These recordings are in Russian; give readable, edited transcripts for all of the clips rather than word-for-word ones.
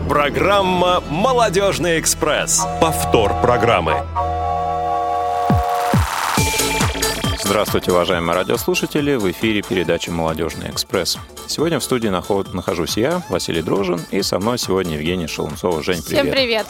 Программа «Молодежный экспресс». Повтор программы. Здравствуйте, уважаемые радиослушатели! В эфире передача «Молодежный экспресс». Сегодня в студии нахожусь я, Василий Дрожжин, и со мной сегодня Евгения Шелунцова. Жень, привет! Всем привет!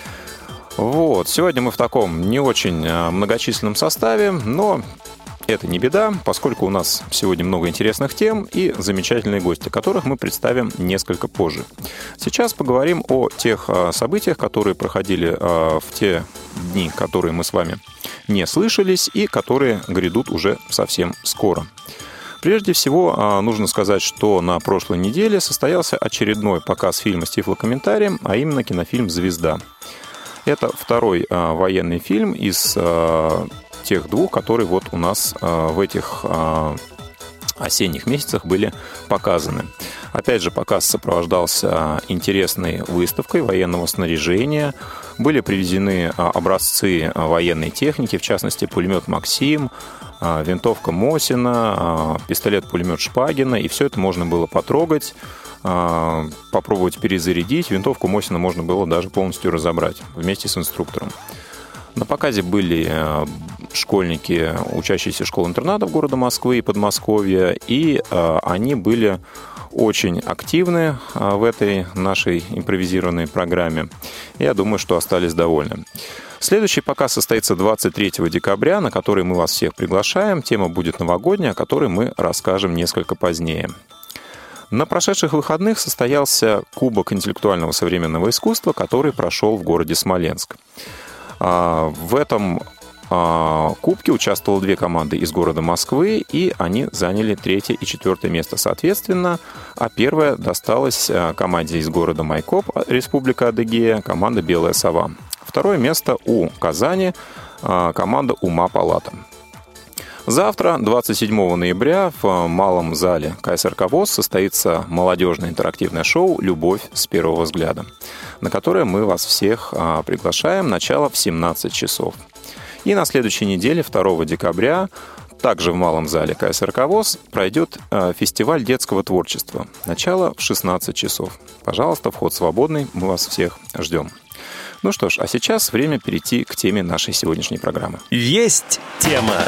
Вот, сегодня мы в таком не очень многочисленном составе, но это не беда, поскольку у нас сегодня много интересных тем и замечательные гости, которых мы представим несколько позже. Сейчас поговорим о тех событиях, которые проходили в те дни, которые мы с вами не слышались и которые грядут уже совсем скоро. Прежде всего, нужно сказать, что на прошлой неделе состоялся очередной показ фильма с тифлокомментарием, а именно кинофильм «Звезда». Это второй военный фильм из тех двух, которые вот у нас в этих осенних месяцах были показаны. Опять же, показ сопровождался интересной выставкой военного снаряжения. Были привезены образцы военной техники, в частности, пулемет «Максим», винтовка Мосина, пистолет-пулемет Шпагина. И все это можно было потрогать, попробовать перезарядить. Винтовку Мосина можно было даже полностью разобрать вместе с инструктором. На показе были школьники, учащиеся школ-интернатов города Москвы и Подмосковья, и они были очень активны в этой нашей импровизированной программе. Я думаю, что остались довольны. Следующий показ состоится 23 декабря, на который мы вас всех приглашаем. Тема будет новогодняя, о которой мы расскажем несколько позднее. На прошедших выходных состоялся Кубок интеллектуального современного искусства, который прошел в городе Смоленск. В этом кубке участвовало две команды из города Москвы, и они заняли 3 и 4 место соответственно, а первое досталось команде из города Майкоп, Республика Адыгея, команда «Белая сова». Второе место у Казани, команда «Ума Палата». Завтра, 27 ноября, в малом зале КСРК ВОС состоится молодежное интерактивное шоу «Любовь с первого взгляда», на которое мы вас всех приглашаем. Начало в 17 часов. И на следующей неделе, 2 декабря, также в малом зале КСРК ВОС пройдет фестиваль детского творчества. Начало в 16 часов. Пожалуйста, вход свободный, мы вас всех ждем. Ну что ж, а сейчас время перейти к теме нашей сегодняшней программы. Есть тема!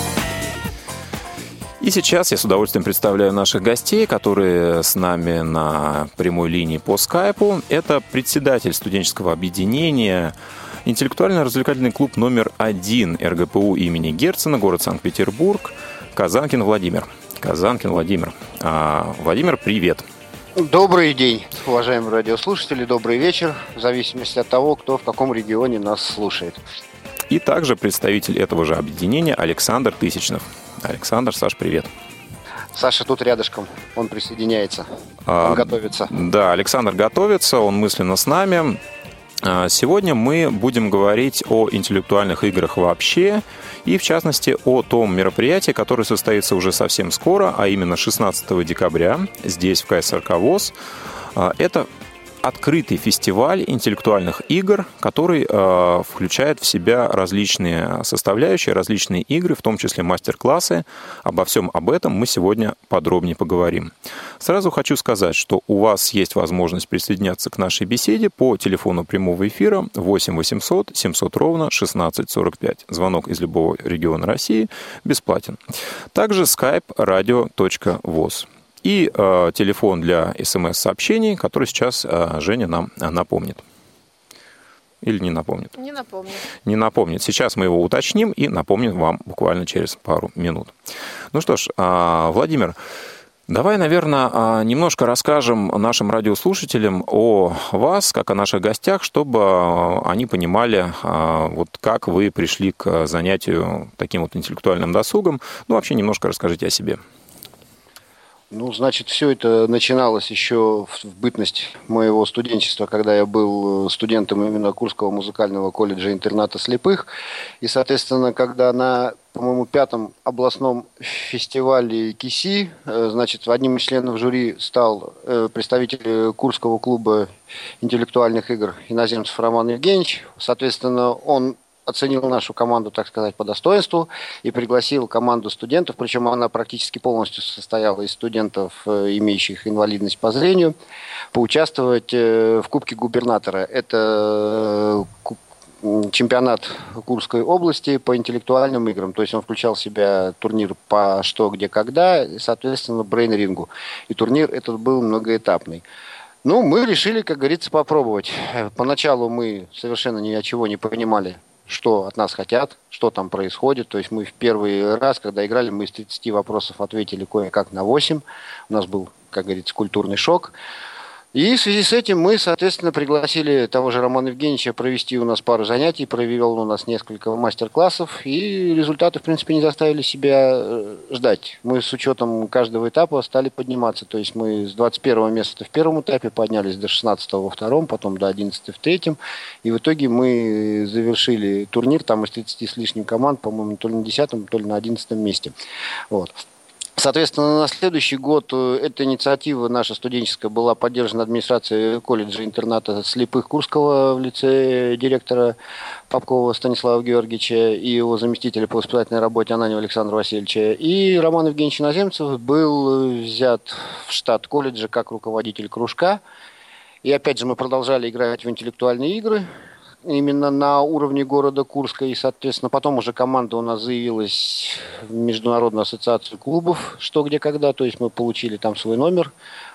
И сейчас я с удовольствием представляю наших гостей, которые с нами на прямой линии по скайпу. Это председатель студенческого объединения «Интеллектуально-развлекательный клуб номер 1 РГПУ имени Герцена, город Санкт-Петербург», Казанкин Владимир. Казанкин Владимир. Владимир, привет. Добрый день, уважаемые радиослушатели, добрый вечер, в зависимости от того, кто в каком регионе нас слушает. И также представитель этого же объединения Александр Тысячнов. Александр, Саш, привет. Саша тут рядышком, он присоединяется, он готовится. Да, Александр готовится, он мысленно с нами. Сегодня мы будем говорить о интеллектуальных играх вообще и, в частности, о том мероприятии, которое состоится уже совсем скоро, а именно 16 декабря здесь, в КСРК ВОС. Это открытый фестиваль интеллектуальных игр, который включает в себя различные составляющие, различные игры, в том числе мастер-классы. Обо всем об этом мы сегодня подробнее поговорим. Сразу хочу сказать, что у вас есть возможность присоединяться к нашей беседе по телефону прямого эфира 8 800 700 ровно 1645. Звонок из любого региона России бесплатен. Также skype radio.voz. И телефон для СМС-сообщений, который сейчас Женя нам напомнит. Или не напомнит? Не напомню. Не напомнит. Сейчас мы его уточним и напомним вам буквально через пару минут. Ну что ж, Владимир, давай, наверное, немножко расскажем нашим радиослушателям о вас, как о наших гостях, чтобы они понимали, вот как вы пришли к занятию таким вот интеллектуальным досугом. Ну, вообще, немножко расскажите о себе. Ну, значит, все это начиналось еще в бытность моего студенчества, когда я был студентом именно Курского музыкального колледжа-интерната слепых. И, соответственно, когда на, по-моему, 5-м областном фестивале КИСИ, значит, одним из членов жюри стал представитель Курского клуба интеллектуальных игр иноземцев Роман Евгеньевич. Соответственно, он оценил нашу команду, так сказать, по достоинству и пригласил команду студентов, причем она практически полностью состояла из студентов, имеющих инвалидность по зрению, поучаствовать в Кубке губернатора. Это чемпионат Курской области по интеллектуальным играм. То есть он включал в себя турнир по что, где, когда, и, соответственно, брейн-рингу. И турнир этот был многоэтапный. Ну, мы решили, как говорится, попробовать. Поначалу мы совершенно ни от чего не понимали, что от нас хотят, что там происходит. То есть мы в первый раз, когда играли, мы из 30 вопросов ответили кое-как на 8. У нас был, как говорится, культурный шок. И в связи с этим мы, соответственно, пригласили того же Романа Евгеньевича провести у нас пару занятий, провел у нас несколько мастер-классов, и результаты, в принципе, не заставили себя ждать. Мы с учетом каждого этапа стали подниматься, то есть мы с 21 места в первом этапе поднялись до 16 во втором, потом до 11 в третьем, и в итоге мы завершили турнир там из 30 с лишним команд, по-моему, то ли на 10-м, то ли на 11-м месте. Вот. Соответственно, на следующий год эта инициатива наша студенческая была поддержана администрацией колледжа-интерната слепых Курского в лице директора Попкова Станислава Георгиевича и его заместителя по воспитательной работе Ананьева Александра Васильевича. И Роман Евгеньевич Иноземцев был взят в штат колледжа как руководитель кружка. И опять же мы продолжали играть в интеллектуальные игры именно на уровне города Курска. И, соответственно, потом уже команда у нас заявилась в Международную ассоциацию клубов «Что, где, когда». То есть мы получили там свой номер.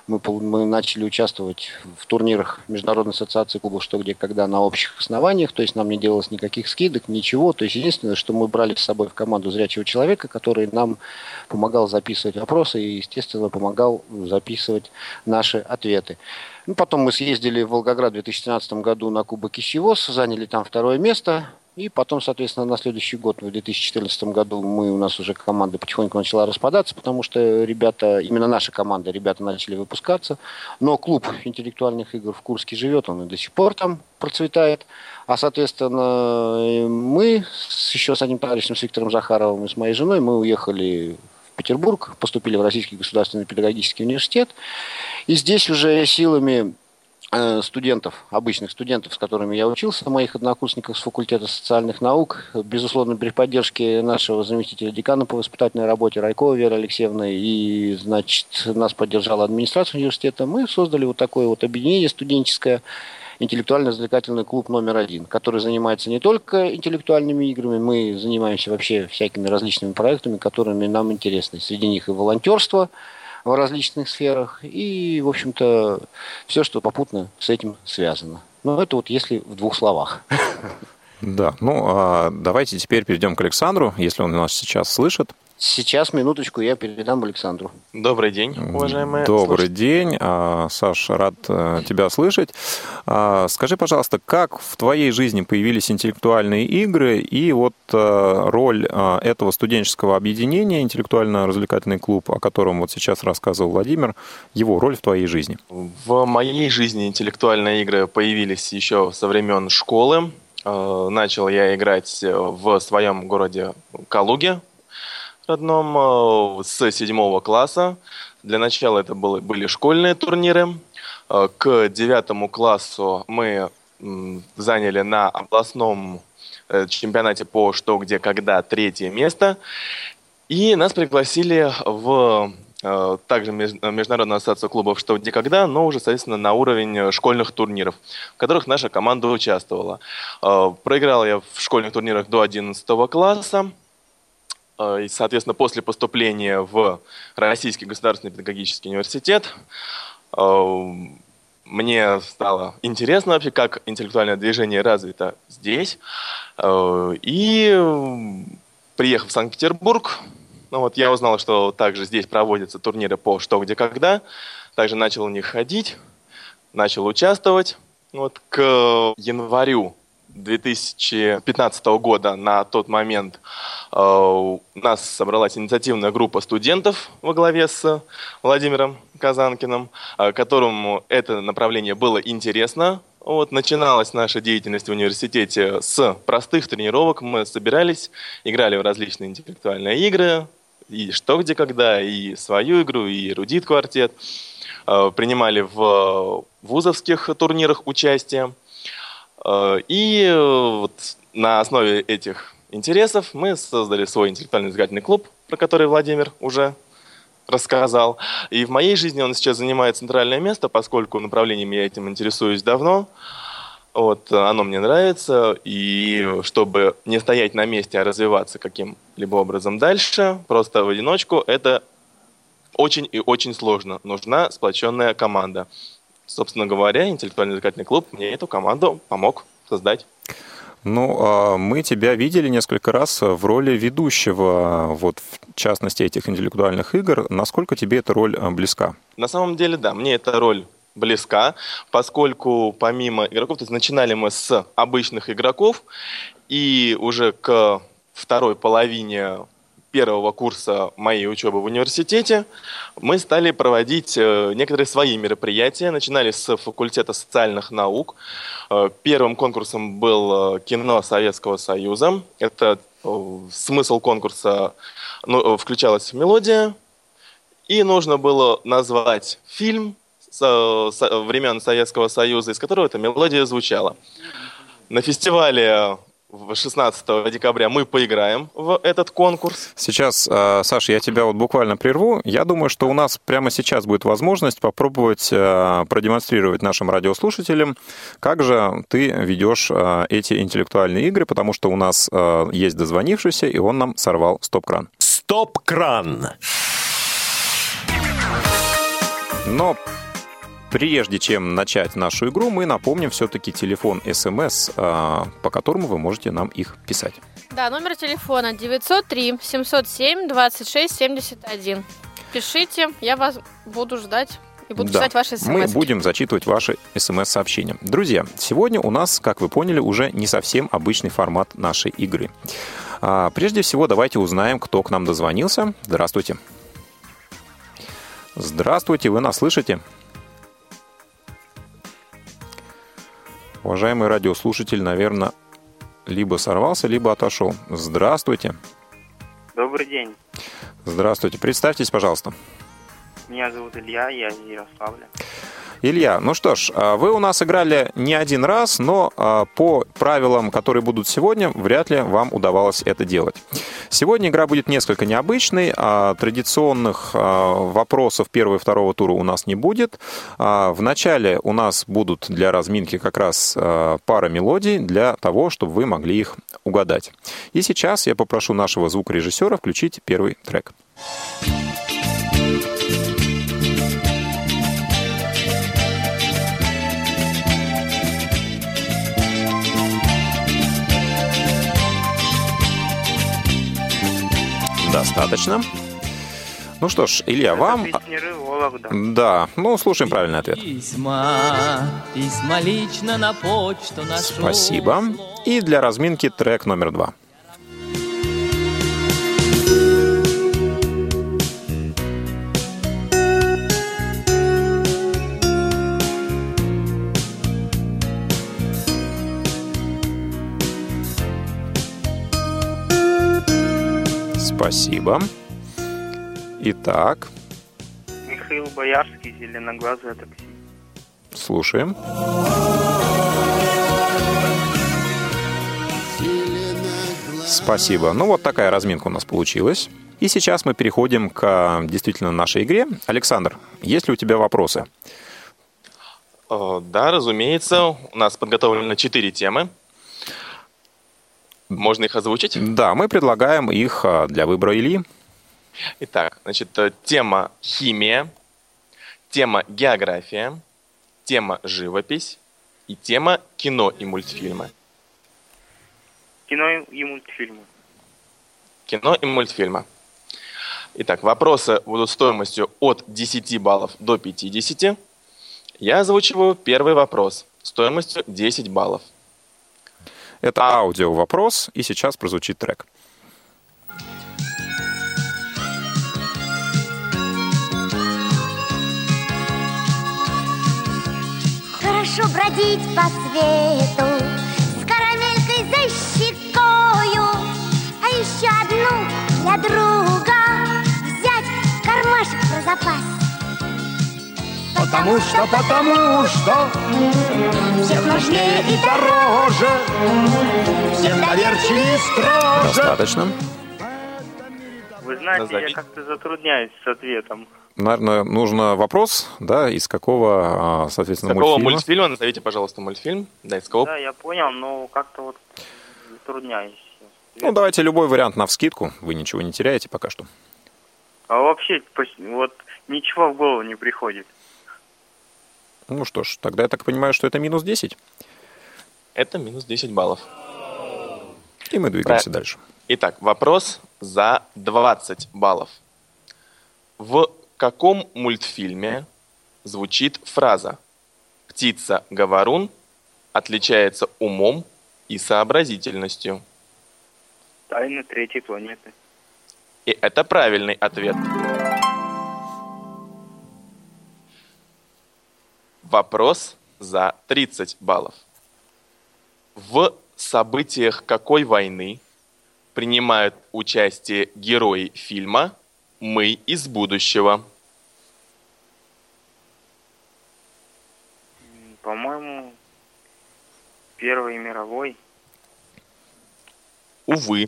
Мы начали участвовать в турнирах Международной ассоциации клубов «Что, где, когда» на общих основаниях. То есть нам не делалось никаких скидок, ничего. То есть единственное, что мы брали с собой в команду зрячего человека, который нам помогал записывать вопросы и, естественно, помогал записывать наши ответы. Ну, потом мы съездили в Волгоград в 2013 году на Кубок Ищевоз, заняли там второе место. И потом, соответственно, на следующий год, в 2014 году, у нас уже команда потихоньку начала распадаться, потому что ребята, именно наша команда, ребята начали выпускаться. Но клуб интеллектуальных игр в Курске живет, он и до сих пор там процветает. А, соответственно, мы еще с одним товарищем, с Виктором Захаровым и с моей женой, мы уехали в Петербург, поступили в Российский государственный педагогический университет. И здесь уже силами студентов, обычных студентов, с которыми я учился, моих однокурсников с факультета социальных наук, безусловно, при поддержке нашего заместителя декана по воспитательной работе Райкова Веры Алексеевны, и, значит, нас поддержала администрация университета, мы создали вот такое вот объединение студенческое, интеллектуально-развлекательный клуб номер 1, который занимается не только интеллектуальными играми, мы занимаемся вообще всякими различными проектами, которыми нам интересны. Среди них и волонтерство в различных сферах, и, в общем-то, все, что попутно с этим связано. Но это вот если в 2 словах. Да, ну, давайте теперь перейдем к Александру, если он нас сейчас слышит. Сейчас, минуточку, я передам Александру. Добрый день, уважаемые Добрый слушатели. день, Саш, рад тебя слышать. Скажи, пожалуйста, как в твоей жизни появились интеллектуальные игры и вот роль этого студенческого объединения, интеллектуально-развлекательный клуб, о котором вот сейчас рассказывал Владимир, его роль в твоей жизни? В моей жизни интеллектуальные игры появились еще со времен школы. Начал я играть в своем городе Калуге, родном, с 7 класса. Для начала это были школьные турниры. К 9 классу мы заняли на областном чемпионате по «Что, где, когда» 3 место. И нас пригласили в также Международную ассоциацию клубов «Что, где, когда», но уже, соответственно, на уровень школьных турниров, в которых наша команда участвовала. Проиграл я в школьных турнирах до 11 класса. И, соответственно, после поступления в Российский государственный педагогический университет мне стало интересно вообще, как интеллектуальное движение развито здесь. И приехав в Санкт-Петербург, я узнал, что также здесь проводятся турниры по «Что, где, когда». Также начал в них ходить, начал участвовать. К январю 2015 года на тот момент у нас собралась инициативная группа студентов во главе с Владимиром Казанкиным, которому это направление было интересно. Начиналась наша деятельность в университете с простых тренировок. Мы собирались, играли в различные интеллектуальные игры, и «Что, где, когда», и свою игру, и «Эрудит квартет». Принимали в вузовских турнирах участие. И на основе этих интересов мы создали свой интеллектуально-развлекательный клуб, про который Владимир уже рассказал. И в моей жизни он сейчас занимает центральное место, поскольку направлением я этим интересуюсь давно. Вот, оно мне нравится, и чтобы не стоять на месте, а развиваться каким-либо образом дальше, просто в одиночку, это очень и очень сложно. Нужна сплоченная команда. Собственно говоря, интеллектуально-развлекательный клуб мне эту команду помог создать. Ну, мы тебя видели несколько раз в роли ведущего, вот, в частности, этих интеллектуальных игр. Насколько тебе эта роль близка? На самом деле, да, мне эта роль близка, поскольку помимо игроков, то есть начинали мы с обычных игроков, и уже к второй половине первого курса моей учебы в университете мы стали проводить некоторые свои мероприятия. Начинали с факультета социальных наук. Первым конкурсом был кино Советского Союза. Это смысл конкурса включалась мелодия, и нужно было назвать фильм времен Советского Союза, из которого эта мелодия звучала. На фестивале 16 декабря мы поиграем в этот конкурс. Сейчас, Саша, я тебя вот буквально прерву. Я думаю, что у нас прямо сейчас будет возможность попробовать продемонстрировать нашим радиослушателям, как же ты ведешь эти интеллектуальные игры, потому что у нас есть дозвонившийся, и он нам сорвал стоп-кран. Стоп-кран. Но прежде чем начать нашу игру, мы напомним все-таки телефон СМС, по которому вы можете нам их писать. Да, номер телефона 903-707-26-71. Пишите, я вас буду ждать и буду читать ваши СМС. Мы будем зачитывать ваши СМС-сообщения. Друзья, сегодня у нас, как вы поняли, уже не совсем обычный формат нашей игры. Прежде всего, давайте узнаем, кто к нам дозвонился. Здравствуйте. Здравствуйте, вы нас слышите? Уважаемый радиослушатель, наверное, либо сорвался, либо отошел. Здравствуйте. Добрый день. Здравствуйте. Представьтесь, пожалуйста. Меня зовут Илья, я из Ярославля. Илья, ну что ж, вы у нас играли не один раз, но по правилам, которые будут сегодня, вряд ли вам удавалось это делать. Сегодня игра будет несколько необычной. Традиционных вопросов первого и второго тура у нас не будет. В начале у нас будут для разминки как раз пара мелодий для того, чтобы вы могли их угадать. И сейчас я попрошу нашего звукорежиссера включить первый трек. Достаточно. Ну что ж, Илья, вам... Да, ну, слушаем правильный ответ. Письма лично на почту нашу. Спасибо. И для разминки трек номер 2. Спасибо. Итак. Михаил Боярский, «Зеленоглазое такси». Слушаем. Спасибо. Ну, вот такая разминка у нас получилась. И сейчас мы переходим к действительно нашей игре. Александр, есть ли у тебя вопросы? Да, разумеется. У нас подготовлено 4 темы. Можно их озвучить? Да, мы предлагаем их для выбора Ильи. Итак, значит, тема химия, тема география, тема живопись и тема кино и мультфильмы. Кино и мультфильмы. Кино и мультфильмы. Итак, вопросы будут стоимостью от 10 баллов до 50. Я озвучиваю первый вопрос стоимостью 10 баллов. Это аудио-вопрос, и сейчас прозвучит трек. Хорошо бродить по свету с карамелькой за щекою, а еще одну для друга взять в кармашек про запас. Под Потому что всех важнее и дороже, всех доверчивее и строже. Достаточно. Вы знаете, Назови. я как-то затрудняюсь с ответом. Наверное, нужно вопрос, да, из какого, соответственно, Из какого мультфильма? мультфильма? Назовите, пожалуйста, мультфильм. Да, из какого? Да, я понял, но как-то вот затрудняюсь. Ну, давайте любой вариант навскидку. Вы ничего не теряете пока что. А вообще, вот ничего в голову не приходит. Ну что ж, тогда я так понимаю, что это минус 10. Это минус 10 баллов. И мы двигаемся дальше. Итак, вопрос за 20 баллов. В каком мультфильме звучит фраза «Птица-говорун отличается умом и сообразительностью»? Тайны третьей планеты. И это правильный ответ. Вопрос за 30 баллов. В событиях какой войны принимают участие герои фильма «Мы из будущего»? По-моему, Первой мировой. Увы.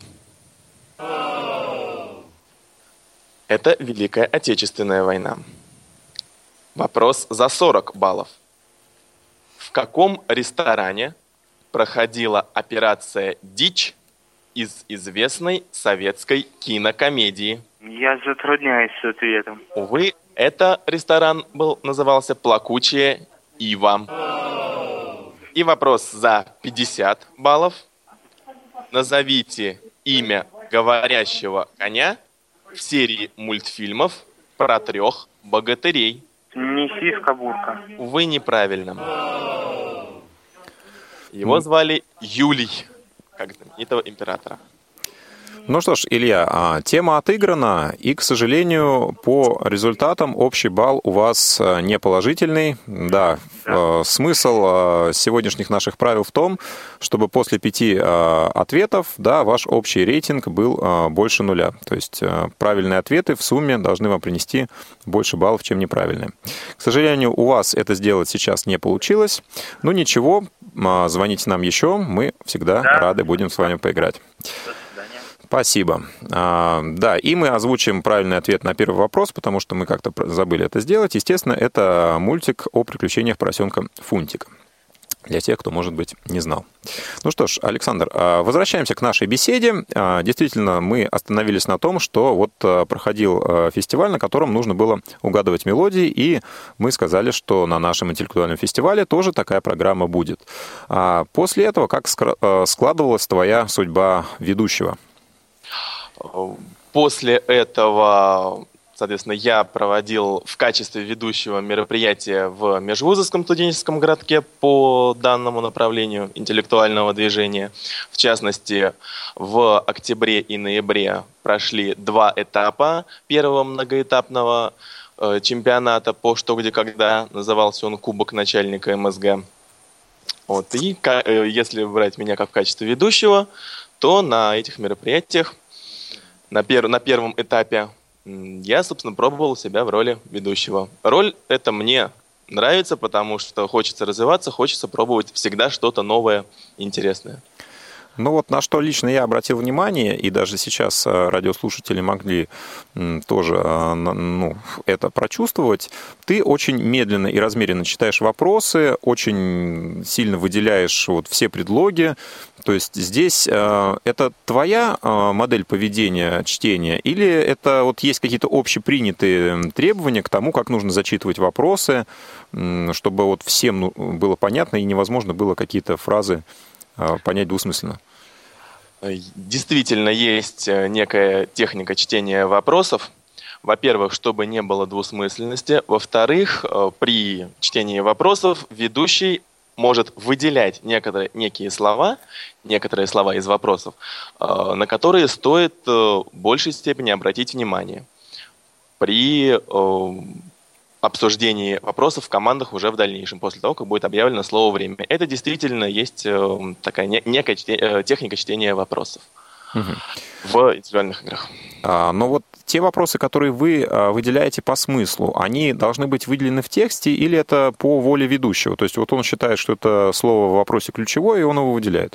Это Великая Отечественная война. Вопрос за 40 баллов. В каком ресторане проходила операция «Дичь» из известной советской кинокомедии? Я затрудняюсь с ответом. Увы, это ресторан назывался «Плакучая ива». И вопрос за 50 баллов. Назовите имя говорящего коня в серии мультфильмов про 3 богатырей. Сивка-бурка. Увы, неправильно. Его звали Юлий, как знаменитого императора. Ну что ж, Илья, тема отыграна, и, к сожалению, по результатам общий балл у вас не положительный. Да, смысл сегодняшних наших правил в том, чтобы после 5 ответов, да, ваш общий рейтинг был больше 0. То есть правильные ответы в сумме должны вам принести больше баллов, чем неправильные. К сожалению, у вас это сделать сейчас не получилось. Ну ничего, звоните нам еще, мы всегда рады будем с вами поиграть. Спасибо. Да, и мы озвучим правильный ответ на первый вопрос, потому что мы как-то забыли это сделать. Естественно, это мультик о приключениях поросенка Фунтика. Для тех, кто, может быть, не знал. Ну что ж, Александр, возвращаемся к нашей беседе. Действительно, мы остановились на том, что вот проходил фестиваль, на котором нужно было угадывать мелодии, и мы сказали, что на нашем интеллектуальном фестивале тоже такая программа будет. После этого как складывалась твоя судьба ведущего? После этого, соответственно, я проводил в качестве ведущего мероприятия в Межвузовском студенческом городке по данному направлению интеллектуального движения. В частности, в октябре и ноябре прошли 2 этапа первого многоэтапного чемпионата по «Что, где, когда». Назывался он «Кубок начальника МСГ». Вот. И если брать меня как в качестве ведущего, то на этих мероприятиях на первом этапе я, собственно, пробовал себя в роли ведущего. Роль эта мне нравится, потому что хочется развиваться, хочется пробовать всегда что-то новое, интересное. Ну вот на что лично я обратил внимание, и даже сейчас радиослушатели могли тоже это прочувствовать, ты очень медленно и размеренно читаешь вопросы, очень сильно выделяешь вот все предлоги. То есть здесь это твоя модель поведения, чтения, или это вот есть какие-то общепринятые требования к тому, как нужно зачитывать вопросы, чтобы вот всем было понятно и невозможно было какие-то фразы понять двусмысленно? Действительно, есть некая техника чтения вопросов. Во-первых, чтобы не было двусмысленности. Во-вторых, при чтении вопросов ведущий может выделять некие слова из вопросов, на которые стоит в большей степени обратить внимание при обсуждении вопросов в командах уже в дальнейшем, после того, как будет объявлено слово «время». Это действительно есть такая некая техника чтения вопросов. в интеллектуальных играх. Но вот те вопросы, которые вы выделяете по смыслу, они должны быть выделены в тексте или это по воле ведущего? То есть вот он считает, что это слово в вопросе ключевое, и он его выделяет?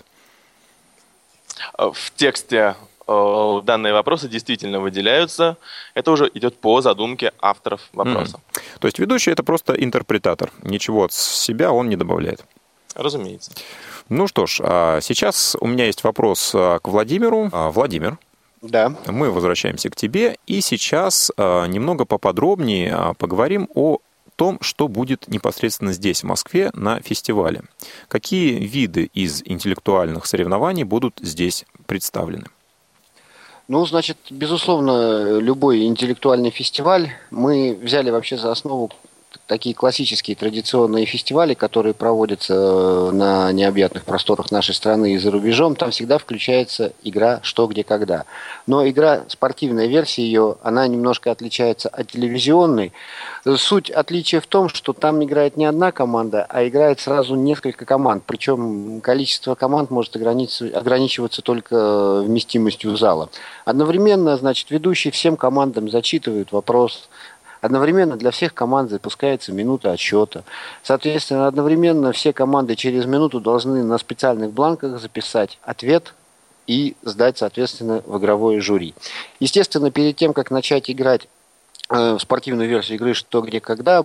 В тексте данные вопросы действительно выделяются. Это уже идет по задумке авторов вопроса. То есть ведущий — это просто интерпретатор. Ничего от себя он не добавляет. Разумеется. Ну что ж, сейчас у меня есть вопрос к Владимиру. Владимир. Да. Мы возвращаемся к тебе. И сейчас немного поподробнее поговорим о том, что будет непосредственно здесь, в Москве, на фестивале. Какие виды из интеллектуальных соревнований будут здесь представлены? Ну, значит, безусловно, любой интеллектуальный фестиваль мы взяли вообще за основу такие классические традиционные фестивали, которые проводятся на необъятных просторах нашей страны и за рубежом. Там всегда включается игра «Что, где, когда». Но игра, спортивная версия ее, она немножко отличается от телевизионной. Суть отличия в том, что там играет не одна команда, а играет сразу несколько команд. Причем количество команд может ограничиваться только вместимостью зала. Одновременно, значит, ведущий всем командам зачитывает вопрос. Одновременно для всех команд запускается минута отсчета. Соответственно, одновременно все команды через минуту должны на специальных бланках записать ответ и сдать, соответственно, в игровое жюри. Естественно, перед тем, как начать играть в спортивную версию игры «Что, где, когда»,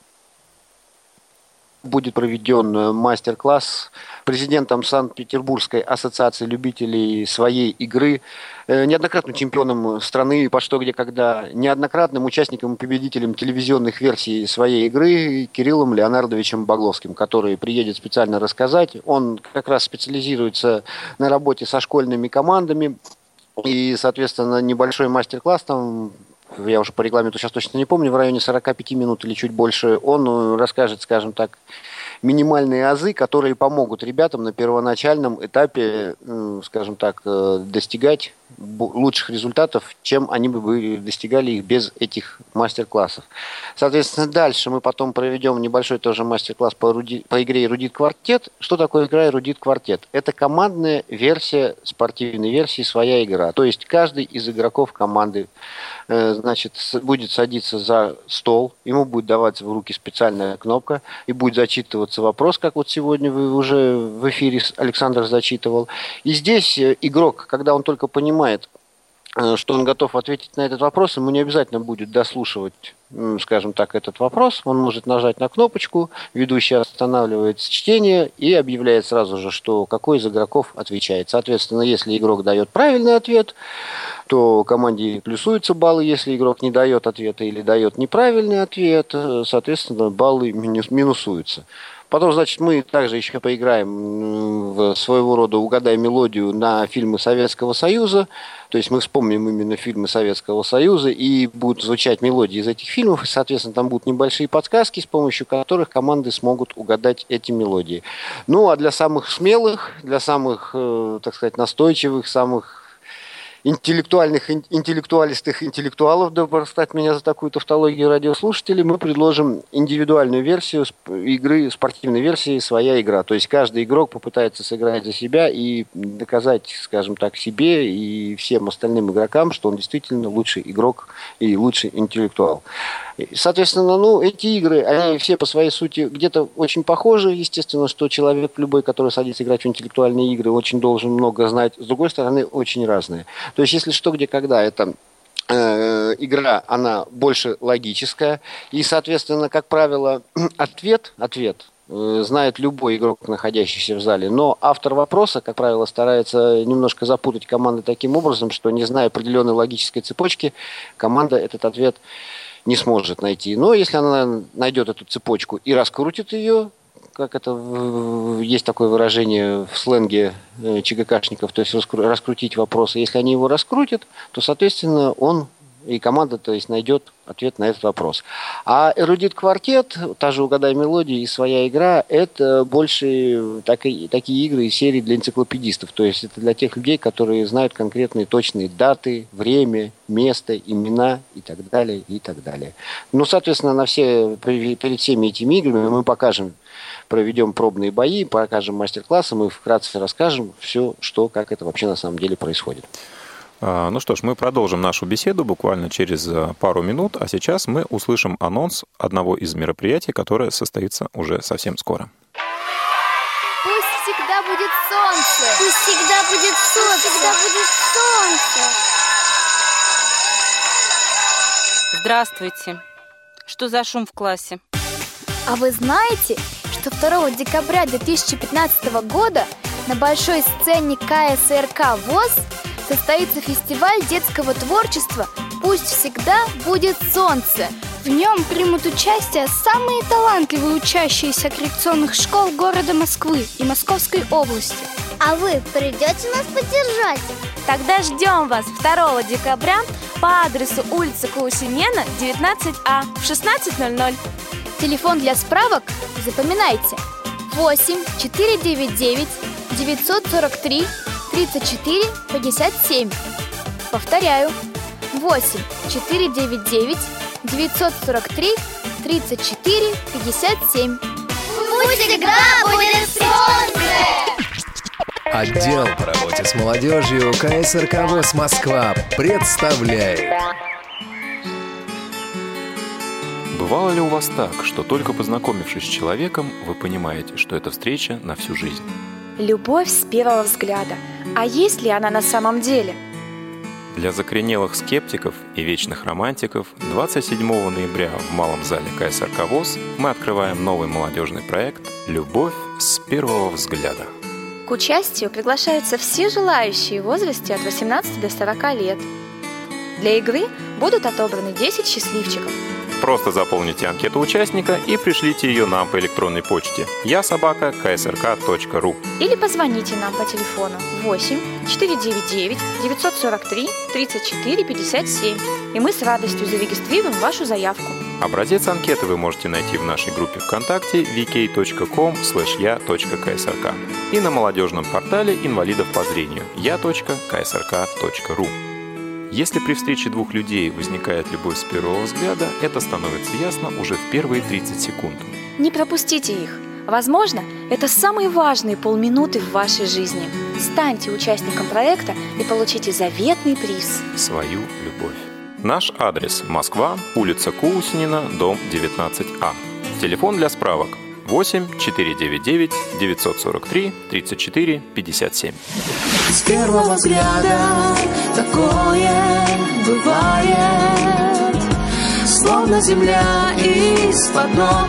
будет проведен мастер-класс президентом Санкт-Петербургской ассоциации любителей своей игры, неоднократным чемпионом страны по «Что, где, когда», неоднократным участником и победителем телевизионных версий своей игры Кириллом Леонардовичем Багловским, который приедет специально рассказать. Он как раз специализируется на работе со школьными командами. И, соответственно, небольшой мастер-класс там, я уже по регламенту сейчас точно не помню, в районе 45 минут или чуть больше, он расскажет, скажем так, минимальные азы, которые помогут ребятам на первоначальном этапе, скажем так, достигать лучших результатов, чем они бы достигали их без этих мастер-классов. Соответственно, дальше мы потом проведем небольшой тоже мастер-класс по игре «Эрудит Квартет». Что такое игра «Эрудит Квартет»? Это командная версия спортивной версии «Своя игра». То есть каждый из игроков команды, значит, будет садиться за стол, ему будет даваться в руки специальная кнопка, и будет зачитываться вопрос, как вот сегодня вы уже в эфире Александр зачитывал. И здесь игрок, когда он только понимает, что он готов ответить на этот вопрос, ему не обязательно будет дослушивать, скажем так, этот вопрос. Он может нажать на кнопочку, ведущий останавливает чтение и объявляет сразу же, что какой из игроков отвечает. Соответственно, если игрок дает правильный ответ, то команде плюсуются баллы. Если игрок не дает ответа или дает неправильный ответ, соответственно, баллы минусуются. Потом, значит, мы также еще поиграем в своего рода «Угадай мелодию» на фильмы Советского Союза. То есть мы вспомним именно фильмы Советского Союза, и будут звучать мелодии из этих фильмов. И, соответственно, там будут небольшие подсказки, с помощью которых команды смогут угадать эти мелодии. Ну, а для самых смелых, для самых, так сказать, настойчивых, самых интеллектуалистых интеллектуалов, да простят меня за такую тавтологию радиослушателей, мы предложим индивидуальную версию игры, спортивной версии «Своя игра». То есть каждый игрок попытается сыграть за себя и доказать, скажем так, себе и всем остальным игрокам, что он действительно лучший игрок и лучший интеллектуал. Соответственно, ну, эти игры, они все по своей сути где-то очень похожи. Естественно, что человек любой, который садится играть в интеллектуальные игры, очень должен много знать. С другой стороны, очень разные. То есть, если «Что, где, когда» — это игра, она больше логическая. И, соответственно, как правило, ответ знает любой игрок, находящийся в зале. Но автор вопроса, как правило, старается немножко запутать команды таким образом, что, не зная определенной логической цепочки, команда этот ответ не сможет найти. Но если она найдет эту цепочку и раскрутит ее, как это есть такое выражение в сленге ЧГКшников, то есть раскрутить вопрос. Если они его раскрутят, то, соответственно, он и команда, то есть, найдет ответ на этот вопрос. А «Эрудит Квартет», та же «Угадай мелодию» и «Своя игра» — это больше такие игры из серии для энциклопедистов. То есть это для тех людей, которые знают конкретные точные даты, время, место, имена и так далее, и так далее. Ну, соответственно, перед всеми этими играми мы проведем пробные бои, покажем мастер-классы, мы вкратце расскажем все, что, как это вообще на самом деле происходит. Ну что ж, мы продолжим нашу беседу буквально через пару минут, а сейчас мы услышим анонс одного из мероприятий, которое состоится уже совсем скоро. Пусть всегда будет солнце! Пусть всегда будет солнце! Пусть всегда будет солнце! Здравствуйте. Что за шум в классе? А вы знаете, что 2 декабря 2015 года на большой сцене КСРК ВОС состоится фестиваль детского творчества «Пусть всегда будет солнце». В нем примут участие самые талантливые учащиеся коррекционных школ города Москвы и Московской области. А вы придете нас поддержать? Тогда ждем вас 2 декабря по адресу улица Каусинена, 19А в 16:00. Телефон для справок запоминайте: 8 499 943 34 57. Повторяю: 8 499 943 34 57. Пусть игра будет солнце! Отдел по работе с молодежью КСРК ВОС Москва представляет. Бывало ли у вас так, что только познакомившись с человеком, вы понимаете, что это встреча на всю жизнь? Любовь с первого взгляда. А есть ли она на самом деле? Для закоренелых скептиков и вечных романтиков 27 ноября в Малом зале КСРК ВОС мы открываем новый молодежный проект «Любовь с первого взгляда». К участию приглашаются все желающие в возрасте от 18 до 40 лет. Для игры будут отобраны 10 счастливчиков. Просто заполните анкету участника и пришлите ее нам по электронной почте я@ksrk.ru или позвоните нам по телефону 8 499 943 34 57, и мы с радостью зарегистрируем вашу заявку. Образец анкеты вы можете найти в нашей группе ВКонтакте vk.com/я.ksrk и на молодежном портале инвалидов по зрению я.ksrk.ru. Если при встрече двух людей возникает любовь с первого взгляда, это становится ясно уже в первые 30 секунд. Не пропустите их. Возможно, это самые важные полминуты в вашей жизни. Станьте участником проекта и получите заветный приз – свою любовь. Наш адрес – Москва, улица Каусинена, дом 19А. Телефон для справок – 8 499 943 34 57. С первого взгляда такое бывает, словно земля из-под ног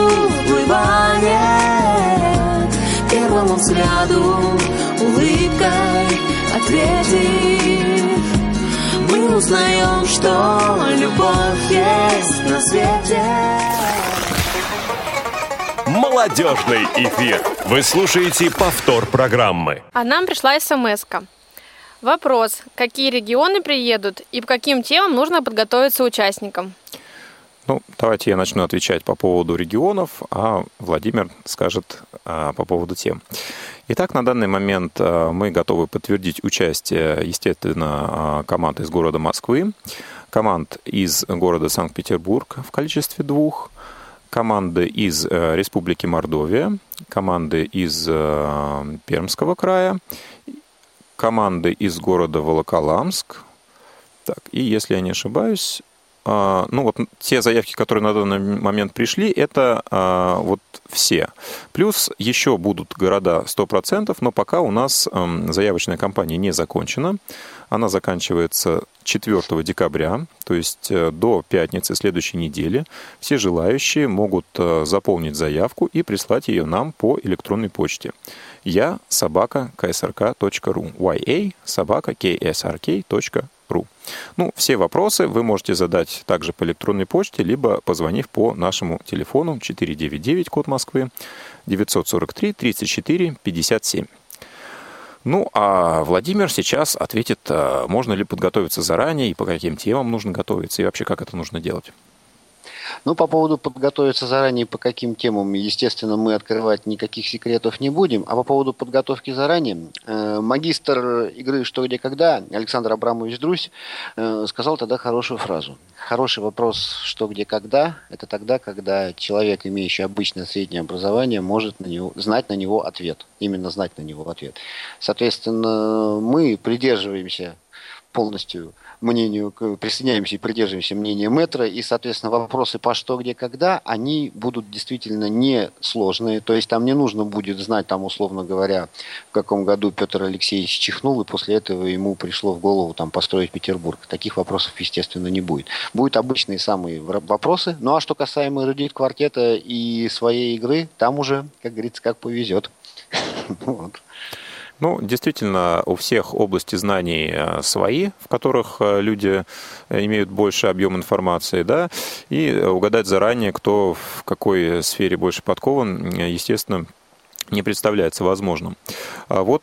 уплывает. Первому взгляду улыбкой ответив, мы узнаем, что любовь есть на свете. Молодежный эфир. Вы слушаете повтор программы. А нам пришла смс-ка. Вопрос: какие регионы приедут и по каким темам нужно подготовиться участникам? Ну, давайте я начну отвечать по поводу регионов, а Владимир скажет по поводу тем. Итак, на данный момент мы готовы подтвердить участие, естественно, команд из города Москвы, команд из города Санкт-Петербург в количестве 2, команды из Республики Мордовия, команды из Пермского края, команды из города Волоколамск. Так, и если я не ошибаюсь, те заявки, которые на данный момент пришли, это вот все. Плюс еще будут города 100%, но пока у нас заявочная кампания не закончена. Она заканчивается 4 декабря, то есть до пятницы следующей недели. Все желающие могут заполнить заявку и прислать ее нам по электронной почте я@ksrk.ru ya@ksrk.ru. Все вопросы вы можете задать также по электронной почте, либо позвонив по нашему телефону 499, код Москвы, 943 34 57. Ну, а Владимир сейчас ответит, можно ли подготовиться заранее, и по каким темам нужно готовиться, и вообще как это нужно делать. Ну, по поводу подготовиться заранее, по каким темам, естественно, мы открывать никаких секретов не будем. А по поводу подготовки заранее, магистр игры «Что, где, когда» Александр Абрамович Друзь сказал тогда хорошую фразу. Хороший вопрос «Что, где, когда» – это тогда, когда человек, имеющий обычное среднее образование, может знать на него ответ. Именно знать на него ответ. Соответственно, мы придерживаемся полностью присоединяемся и придерживаемся мнения мэтра, и, соответственно, вопросы по что, где, когда, они будут действительно несложные, то есть там не нужно будет знать, там, условно говоря, в каком году Петр Алексеевич чихнул, и после этого ему пришло в голову там построить Петербург. Таких вопросов, естественно, не будет. Будут обычные самые вопросы, ну а что касаемо эрудит квартета и своей игры, там уже, как говорится, как повезет. Вот. Ну, действительно, у всех области знаний свои, в которых люди имеют больше объем информации, да, и угадать заранее, кто в какой сфере больше подкован, естественно, не представляется возможным. Вот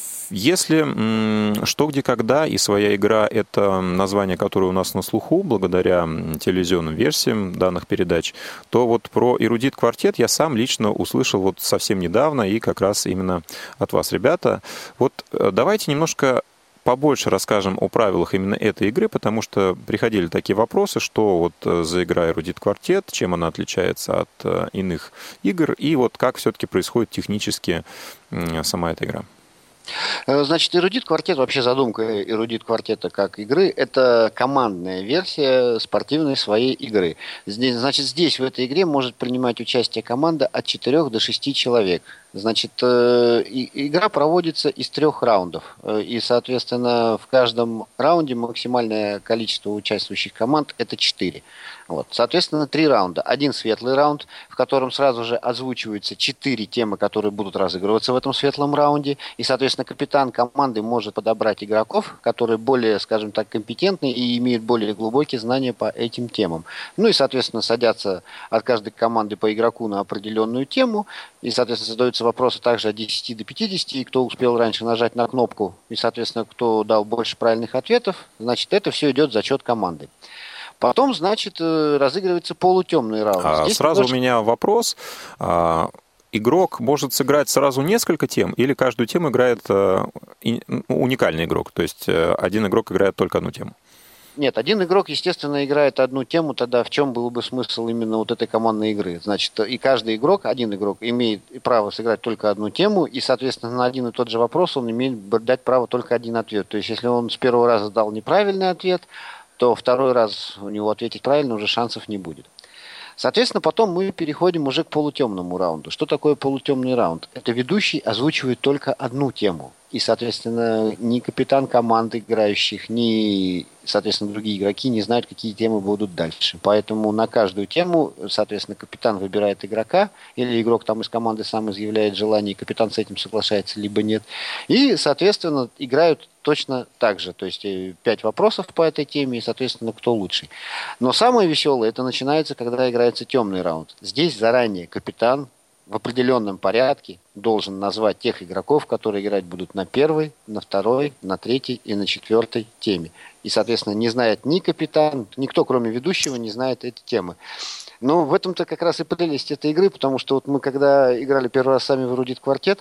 если «Что, где, когда» и «Своя игра» — это название, которое у нас на слуху благодаря телевизионным версиям данных передач, то вот про «Эрудит квартет» я сам лично услышал вот совсем недавно и как раз именно от вас, ребята. Вот давайте немножко побольше расскажем о правилах именно этой игры, потому что приходили такие вопросы, что вот за игра «Эрудит квартет», чем она отличается от иных игр, и вот как все-таки происходит технически сама эта игра. Значит, эрудит квартет, вообще задумка эрудит квартета как игры, это командная версия спортивной своей игры. Здесь в этой игре может принимать участие команда от 4 до 6 человек. Значит, игра проводится из 3 раундов. И, соответственно, в каждом раунде максимальное количество участвующих команд – это 4. Вот. Соответственно, 3 раунда. Один светлый раунд, в котором сразу же озвучиваются 4 темы, которые будут разыгрываться в этом светлом раунде. И, соответственно, капитан команды может подобрать игроков, которые более, скажем так, компетентны и имеют более глубокие знания по этим темам. Ну и, соответственно, садятся от каждой команды по игроку на определенную тему. И, соответственно, задаются вопросы также от 10 до 50. И кто успел раньше нажать на кнопку, и, соответственно, кто дал больше правильных ответов, значит, это все идет за счет команды. Потом, значит, разыгрывается полутемный раунд. Сразу у меня вопрос. Игрок может сыграть сразу несколько тем, или каждую тему играет уникальный игрок? То есть один игрок играет только одну тему? Нет, один игрок, естественно, играет одну тему, тогда в чем был бы смысл именно вот этой командной игры? Значит, и каждый игрок, один игрок, имеет право сыграть только одну тему, и, соответственно, на один и тот же вопрос он имеет дать право только один ответ. То есть, если он с первого раза дал неправильный ответ, то второй раз у него ответить правильно уже шансов не будет. Соответственно, потом мы переходим уже к полутемному раунду. Что такое полутемный раунд? Это ведущий озвучивает только одну тему. И, соответственно, ни капитан команды играющих, ни, соответственно, другие игроки не знают, какие темы будут дальше. Поэтому на каждую тему, соответственно, капитан выбирает игрока, или игрок там из команды сам изъявляет желание, и капитан с этим соглашается, либо нет. И, соответственно, играют точно так же. То есть 5 вопросов по этой теме, и, соответственно, кто лучший. Но самое веселое, это начинается, когда играется темный раунд. Здесь заранее капитан в определенном порядке должен назвать тех игроков, которые играть будут на первой, на второй, на третьей и на 4 теме. И, соответственно, не знает ни капитан, никто, кроме ведущего, не знает эти темы. Но в этом-то как раз и прелесть этой игры, потому что вот мы, когда играли первый раз сами в «Эрудит квартет»,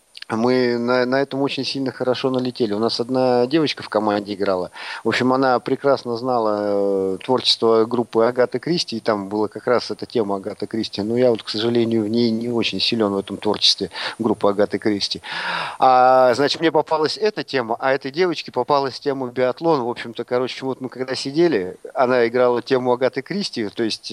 мы на этом очень сильно хорошо налетели. У нас одна девочка в команде играла. В общем, она прекрасно знала творчество группы Агаты Кристи, и там была как раз эта тема Агаты Кристи. Но я вот, к сожалению, в ней не очень силен в этом творчестве группы Агаты Кристи. Значит, мне попалась эта тема, а этой девочке попалась тема биатлон. В общем-то, короче, вот мы когда сидели, она играла тему Агаты Кристи, то есть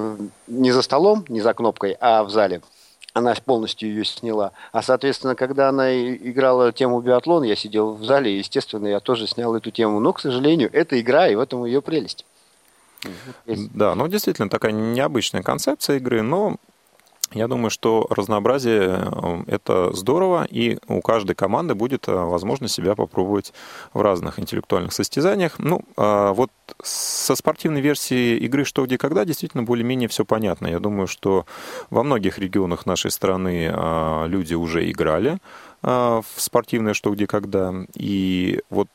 не за столом, не за кнопкой, а в зале. Она полностью ее сняла. А, соответственно, когда она играла тему биатлон, я сидел в зале, и, естественно, я тоже снял эту тему. Но, к сожалению, это игра, и в этом ее прелесть. Да, ну, действительно, такая необычная концепция игры, но Я думаю, что разнообразие – это здорово, и у каждой команды будет возможность себя попробовать в разных интеллектуальных состязаниях. Ну, вот со спортивной версией игры «Что, где, когда» действительно более-менее все понятно. Я думаю, что во многих регионах нашей страны люди уже играли в спортивное «Что, где, когда». И вот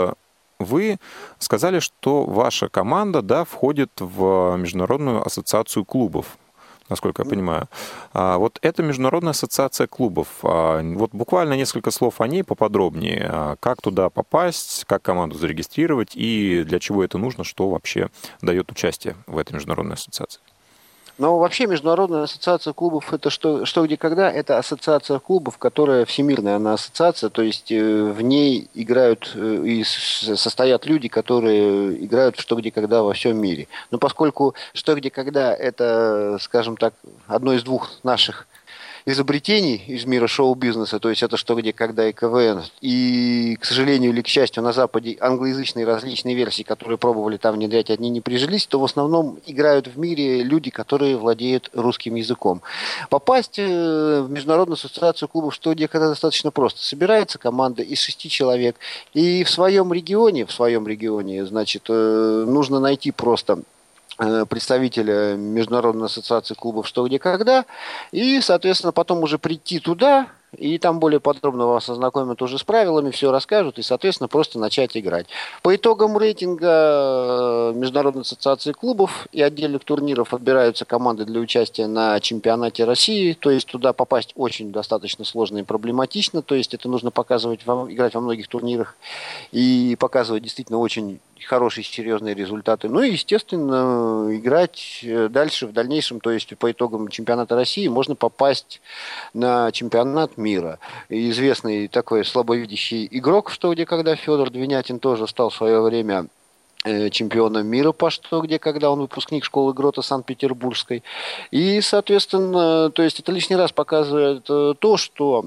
вы сказали, что ваша команда, да, входит в Международную ассоциацию клубов, насколько я понимаю. Вот эта Международная ассоциация клубов, вот буквально несколько слов о ней поподробнее. Как туда попасть, как команду зарегистрировать и для чего это нужно, что вообще дает участие в этой Международной ассоциации? Но вообще Международная ассоциация клубов это что, где, когда? Это ассоциация клубов, которая всемирная, она ассоциация, то есть в ней играют и состоят люди, которые играют в что, где, когда во всем мире. Но поскольку что, где, когда это, скажем так, одно из двух наших изобретений из мира шоу-бизнеса, то есть это что, где, когда и КВН. И, к сожалению или к счастью, на Западе англоязычные различные версии, которые пробовали там внедрять, одни не прижились, то в основном играют в мире люди, которые владеют русским языком. Попасть в Международную ассоциацию клубов что, где, когда достаточно просто. Собирается команда из 6 человек, и в своем регионе, значит, нужно найти просто представителя Международной ассоциации клубов «Что, где, когда», и, соответственно, потом уже прийти туда, и там более подробно вас ознакомят уже с правилами, все расскажут, и, соответственно, просто начать играть. По итогам рейтинга Международной ассоциации клубов и отдельных турниров отбираются команды для участия на чемпионате России, то есть туда попасть очень достаточно сложно и проблематично, то есть это нужно играть во многих турнирах и показывать действительно очень хорошие, серьезные результаты. Ну и, естественно, играть дальше, в дальнейшем, то есть по итогам чемпионата России можно попасть на чемпионат мира. И известный такой слабовидящий игрок, что, где, когда, Федор Двинятин тоже стал в свое время чемпионом мира по что, где, когда, он выпускник школы Грота Санкт-Петербургской. И, соответственно, то есть это лишний раз показывает то, что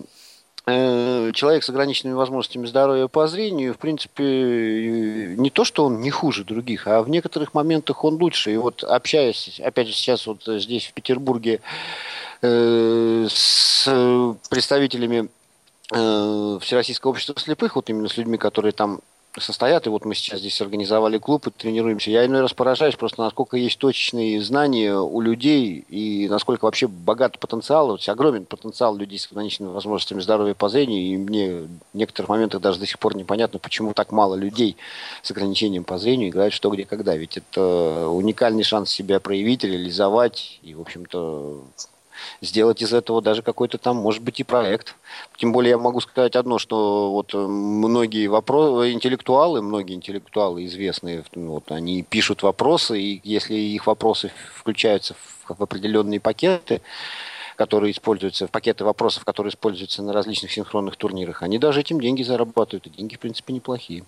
человек с ограниченными возможностями здоровья по зрению, в принципе, не то, что он не хуже других, а в некоторых моментах он лучше. И вот общаясь, опять же, сейчас вот здесь, в Петербурге, с представителями Всероссийского общества слепых, вот именно с людьми, которые там состоят, и вот мы сейчас здесь организовали клуб и тренируемся. Я иной раз поражаюсь просто, насколько есть точечные знания у людей и насколько вообще богат потенциал, вот огромен потенциал людей с ограниченными возможностями здоровья по зрению, и мне в некоторых моментах даже до сих пор непонятно, почему так мало людей с ограничением по зрению играют что, где, когда. Ведь это уникальный шанс себя проявить, реализовать и, в общем-то, сделать из этого даже какой-то там, может быть, и проект. Тем более я могу сказать одно, что вот многие интеллектуалы известные, вот, они пишут вопросы, и если их вопросы включаются в определенные пакеты, которые используются, в пакеты вопросов, которые используются на различных синхронных турнирах, они даже этим деньги зарабатывают, и деньги, в принципе, неплохие.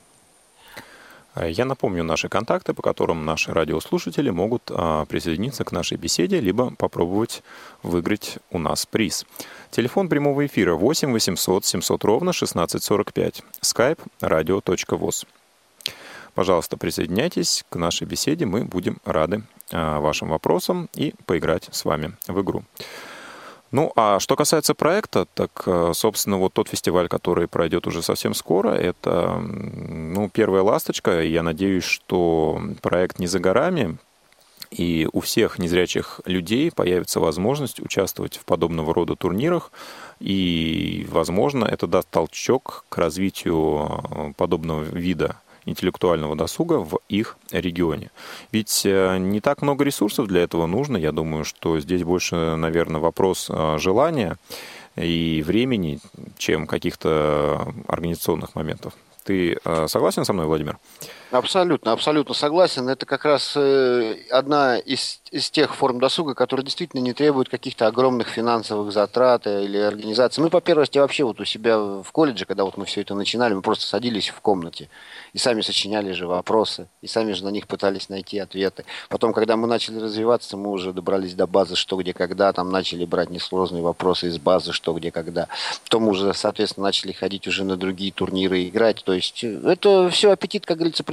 Я напомню наши контакты, по которым наши радиослушатели могут присоединиться к нашей беседе, либо попробовать выиграть у нас приз. Телефон прямого эфира 8 800 700 ровно 1645. Skype radio.voz. Пожалуйста, присоединяйтесь к нашей беседе, мы будем рады вашим вопросам и поиграть с вами в игру. Ну, а что касается проекта, так, собственно, вот тот фестиваль, который пройдет уже совсем скоро, это, ну, первая ласточка. Я надеюсь, что проект не за горами, и у всех незрячих людей появится возможность участвовать в подобного рода турнирах, и, возможно, это даст толчок к развитию подобного вида интеллектуального досуга в их регионе. Ведь не так много ресурсов для этого нужно. Я думаю, что здесь больше, наверное, вопрос желания и времени, чем каких-то организационных моментов. Ты согласен со мной, Владимир? Абсолютно, абсолютно согласен. Это как раз одна из тех форм досуга, которые действительно не требуют каких-то огромных финансовых затрат или организаций. Мы, по первости, вообще вот у себя в колледже, когда вот мы все это начинали, мы просто садились в комнате и сами сочиняли же вопросы, и сами же на них пытались найти ответы. Потом, когда мы начали развиваться, мы уже добрались до базы «Что, где, когда», там начали брать несложные вопросы из базы «Что, где, когда». Потом уже, соответственно, начали ходить уже на другие турниры и играть. То есть это все аппетит, как говорится, приходит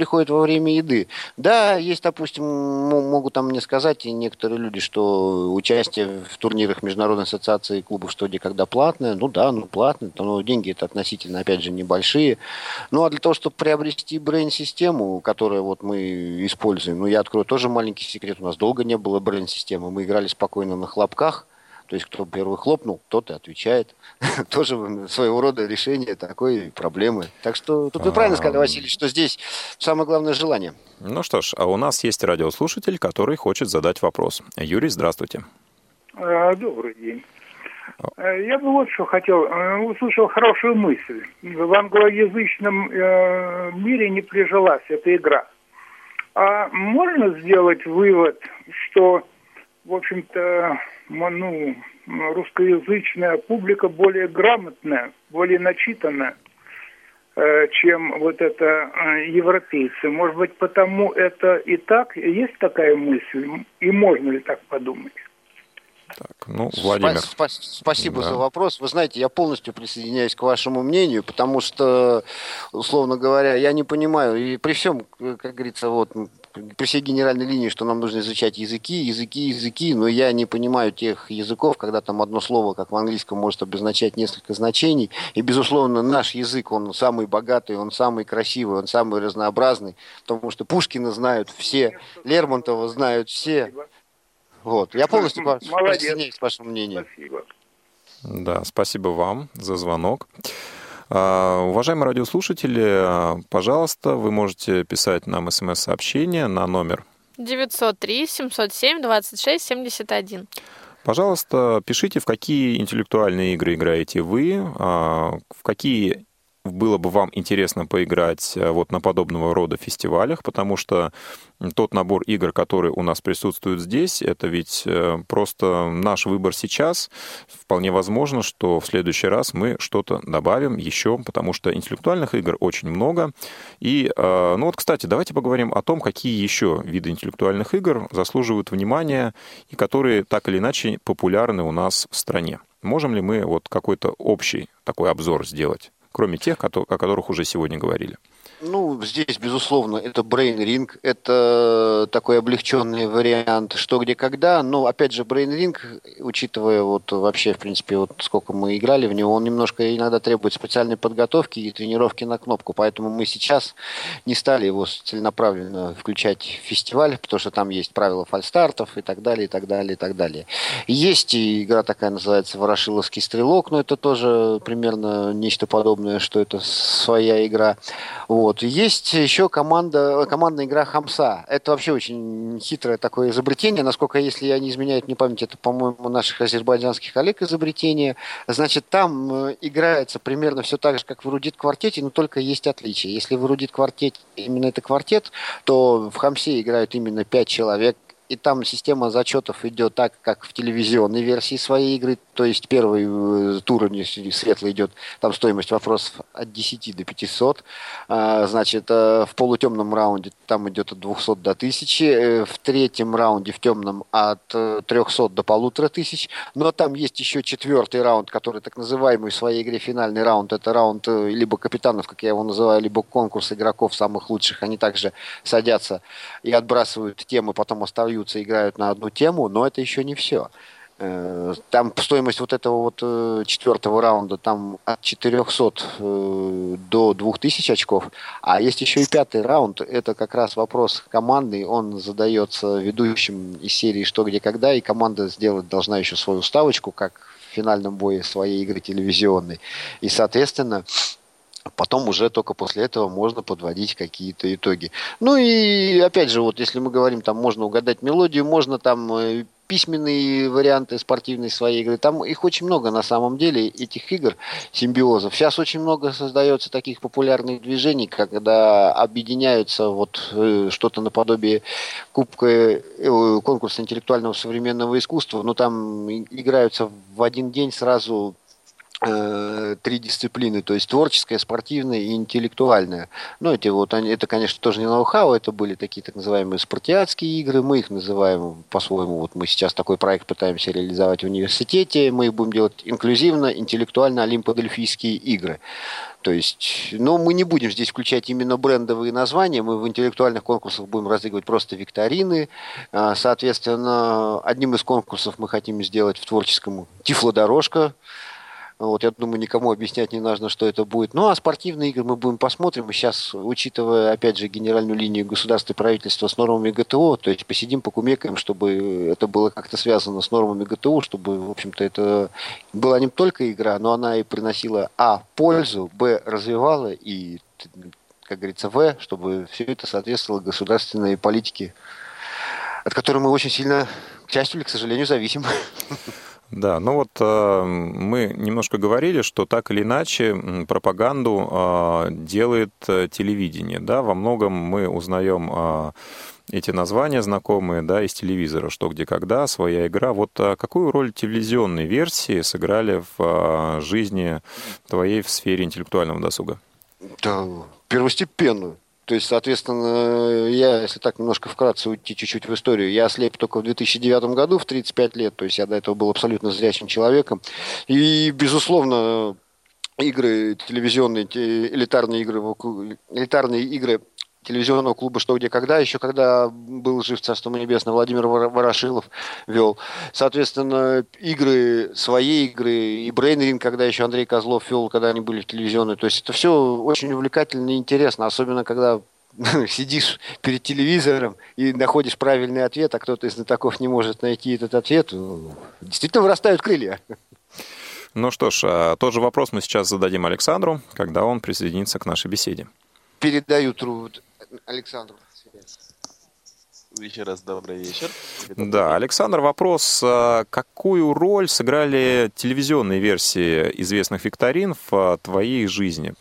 приходит во время еды. Да, есть, допустим, могут там мне сказать и некоторые люди, что участие в турнирах Международной ассоциации клубов «Что, где, когда» платное. Ну да, платное, но деньги это относительно, опять же, небольшие. Ну а для того, чтобы приобрести брейн-систему, которую вот мы используем, я открою тоже маленький секрет, у нас долго не было брейн-системы, мы играли спокойно на хлопках. То есть, кто первый хлопнул, тот и отвечает. Тоже своего рода решение такой проблемы. Так что тут вы правильно сказали, Василий, что здесь самое главное желание. Ну что ж, а у нас есть радиослушатель, который хочет задать вопрос. Юрий, здравствуйте. Добрый день. Я бы вот что хотел. Услышал хорошую мысль. В англоязычном мире не прижилась эта игра. А можно сделать вывод, что, в общем-то, русскоязычная публика более грамотная, более начитанная, чем вот это европейцы. Может быть, потому это и так? Есть такая мысль? И можно ли так подумать? Так, Владимир. Спасибо за вопрос. Вы знаете, я полностью присоединяюсь к вашему мнению, потому что, условно говоря, я не понимаю, и при всем, как говорится, при всей генеральной линии, что нам нужно изучать языки, но я не понимаю тех языков, когда там одно слово, как в английском, может обозначать несколько значений. И, безусловно, наш язык, он самый богатый, он самый красивый, он самый разнообразный, потому что Пушкина знают все, Лермонтова знают все. Я полностью присоединяюсь к вашему мнению. Спасибо. Да, спасибо вам за звонок. Уважаемые радиослушатели, пожалуйста, вы можете писать нам смс-сообщение на номер 903-707-26-71. Пожалуйста, пишите, в какие интеллектуальные игры играете вы, в какие было бы вам интересно поиграть на подобного рода фестивалях, потому что тот набор игр, который у нас присутствует здесь, это ведь просто наш выбор сейчас. Вполне возможно, что в следующий раз мы что-то добавим еще, потому что интеллектуальных игр очень много. И, кстати, давайте поговорим о том, какие еще виды интеллектуальных игр заслуживают внимания и которые так или иначе популярны у нас в стране. Можем ли мы какой-то общий такой обзор сделать? Кроме тех, о которых уже сегодня говорили. Здесь, безусловно, это Brain Ring, это такой облегченный вариант «Что, где, когда». Но, опять же, Brain Ring, учитывая вообще, в принципе, сколько мы играли в него, он немножко иногда требует специальной подготовки и тренировки на кнопку. Поэтому мы сейчас не стали его целенаправленно включать в фестиваль, потому что там есть правила фальстартов и так далее, и так далее, и так далее. Есть игра такая, называется «Ворошиловский стрелок», но это тоже примерно нечто подобное, что это своя игра. Есть еще командная игра «Хамса». Это вообще очень хитрое такое изобретение. Насколько, если я не изменяю мне память, это, по-моему, наших азербайджанских коллег изобретение. Значит, там играется примерно все так же, как в эрудит-квартете, но только есть отличия. Если в эрудит-квартете именно это квартет, то в «Хамсе» играют именно 5 человек. И там система зачетов идет так, как в телевизионной версии своей игры. То есть первый тур светлый идет, там стоимость вопросов от 10 до 500. Значит, в полутемном раунде там идет от 200 до 1000. В третьем раунде, в темном, от 300 до 1500. Но там есть еще четвертый раунд, который так называемый в своей игре финальный раунд. Это раунд либо капитанов, как я его называю, либо конкурс игроков самых лучших. Они также садятся и отбрасывают темы, потом остаются, играют на одну тему, но это еще не все. Там стоимость этого четвертого раунда там от 400 до 2000 очков. А есть еще и пятый раунд. Это как раз вопрос командный. Он задается ведущим из серии «Что, где, когда». И команда сделать должна еще свою ставочку, как в финальном бое своей игры телевизионной. И, соответственно, потом уже только после этого можно подводить какие-то итоги. И опять же, если мы говорим, там можно угадать мелодию, можно там письменные варианты спортивной своей игры. Там их очень много на самом деле, этих игр, симбиозов. Сейчас очень много создается таких популярных движений, когда объединяются что-то наподобие конкурса интеллектуального современного искусства. Там играются в один день сразу три дисциплины, то есть творческая, спортивная и интеллектуальная. Ну, это, конечно, тоже не ноу-хау, это были такие так называемые спартиатские игры, мы их называем по-своему, вот мы сейчас такой проект пытаемся реализовать в университете, мы их будем делать инклюзивно, интеллектуально, олимпо-дельфийские игры. То есть, мы не будем здесь включать именно брендовые названия, мы в интеллектуальных конкурсах будем разыгрывать просто викторины. Соответственно, одним из конкурсов мы хотим сделать в творческом тифлодорожка. Вот, я думаю, никому объяснять не нужно, что это будет. Ну, а спортивные игры мы будем посмотрим. И сейчас, учитывая, опять же, генеральную линию государства и правительства с нормами ГТО, то есть посидим, покумекаем, чтобы это было как-то связано с нормами ГТО, чтобы, в общем-то, это была не только игра, но она и приносила, пользу, развивала и, как говорится, чтобы все это соответствовало государственной политике, от которой мы очень сильно, к счастью или, к сожалению, зависим. Да, мы немножко говорили, что так или иначе пропаганду делает телевидение. Да? Во многом мы узнаем эти названия знакомые, да, из телевизора, что, где, когда, своя игра. Вот какую роль телевизионные версии сыграли в жизни твоей в сфере интеллектуального досуга? Да, первостепенную. То есть, соответственно, я, если так немножко вкратце уйти чуть-чуть в историю, я ослеп только в 2009 году, в 35 лет, то есть я до этого был абсолютно зрячим человеком. И, безусловно, игры телевизионные, элитарные игры телевизионного клуба «Что, где, когда», еще когда был жив, царство небесное, Владимир Ворошилов вел. Соответственно, свои игры, и Брейнринг, когда еще Андрей Козлов вел, когда они были в телевизионной. То есть это все очень увлекательно и интересно, особенно когда сидишь перед телевизором и находишь правильный ответ, а кто-то из знатоков не может найти этот ответ. Действительно вырастают крылья. Ну что ж, тот же вопрос мы сейчас зададим Александру, когда он присоединится к нашей беседе. Передаю труд Александру. Еще раз добрый вечер. Да, Александр, вопрос. Какую роль сыграли телевизионные версии известных викторин в твоей жизни?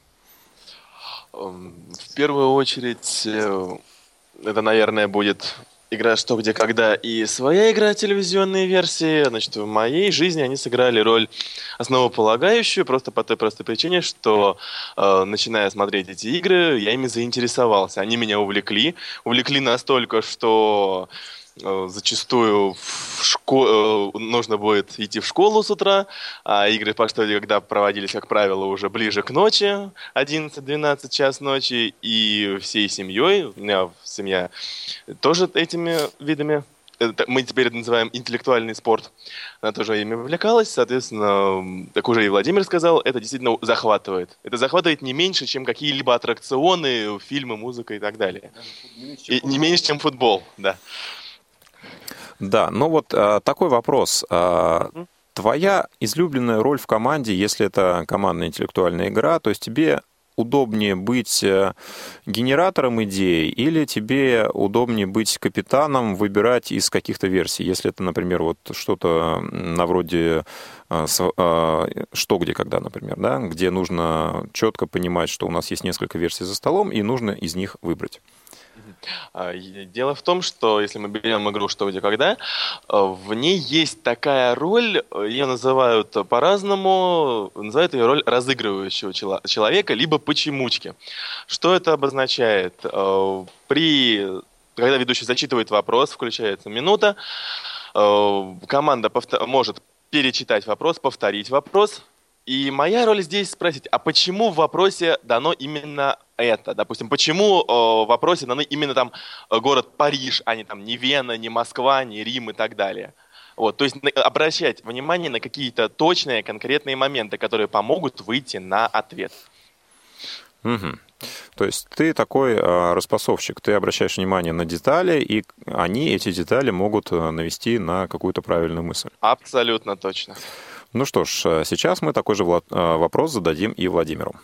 В первую очередь, это, наверное, будет игра «Что, где, когда» и своя игра телевизионные версии. Значит, в моей жизни они сыграли роль основополагающую, просто по той простой причине, что, начиная смотреть эти игры, я ими заинтересовался. Они меня увлекли настолько, что зачастую нужно будет идти в школу с утра, а игры по «Что, где, когда» проводились, как правило, уже ближе к ночи, 11-12 час ночи, и всей семьей, у меня семья тоже этими видами, мы теперь это называем интеллектуальный спорт, она тоже ими увлекалась, соответственно, как уже и Владимир сказал, это действительно захватывает. Это захватывает не меньше, чем какие-либо аттракционы, фильмы, музыка и так далее. И не меньше, чем футбол, да. Да, такой вопрос. Твоя излюбленная роль в команде, если это командная интеллектуальная игра, то есть тебе удобнее быть генератором идей или тебе удобнее быть капитаном, выбирать из каких-то версий? Если это, например, что-то на вроде «Что, где, когда», например, да, где нужно четко понимать, что у нас есть несколько версий за столом, и нужно из них выбрать. Дело в том, что если мы берем игру «Что, где, когда», в ней есть такая роль, ее называют по-разному, называют ее роль разыгрывающего человека, либо почемучки. Что это обозначает? Когда ведущий зачитывает вопрос, включается минута, команда может перечитать вопрос, повторить вопрос. И моя роль здесь спросить, а почему в вопросе дано именно это? Допустим, почему в вопросе даны именно там город Париж, а не там не Вена, не Москва, не Рим и так далее? Вот, то есть обращать внимание на какие-то точные, конкретные моменты, которые помогут выйти на ответ. Угу. То есть ты такой распасовщик, ты обращаешь внимание на детали, и эти детали могут навести на какую-то правильную мысль. Абсолютно точно. Ну что ж, сейчас мы такой же вопрос зададим и Владимиру.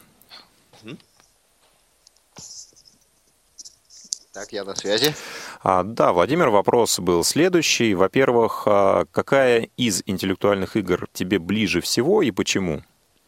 Так, я на связи. Да, Владимир, вопрос был следующий. Во-первых, какая из интеллектуальных игр тебе ближе всего и почему?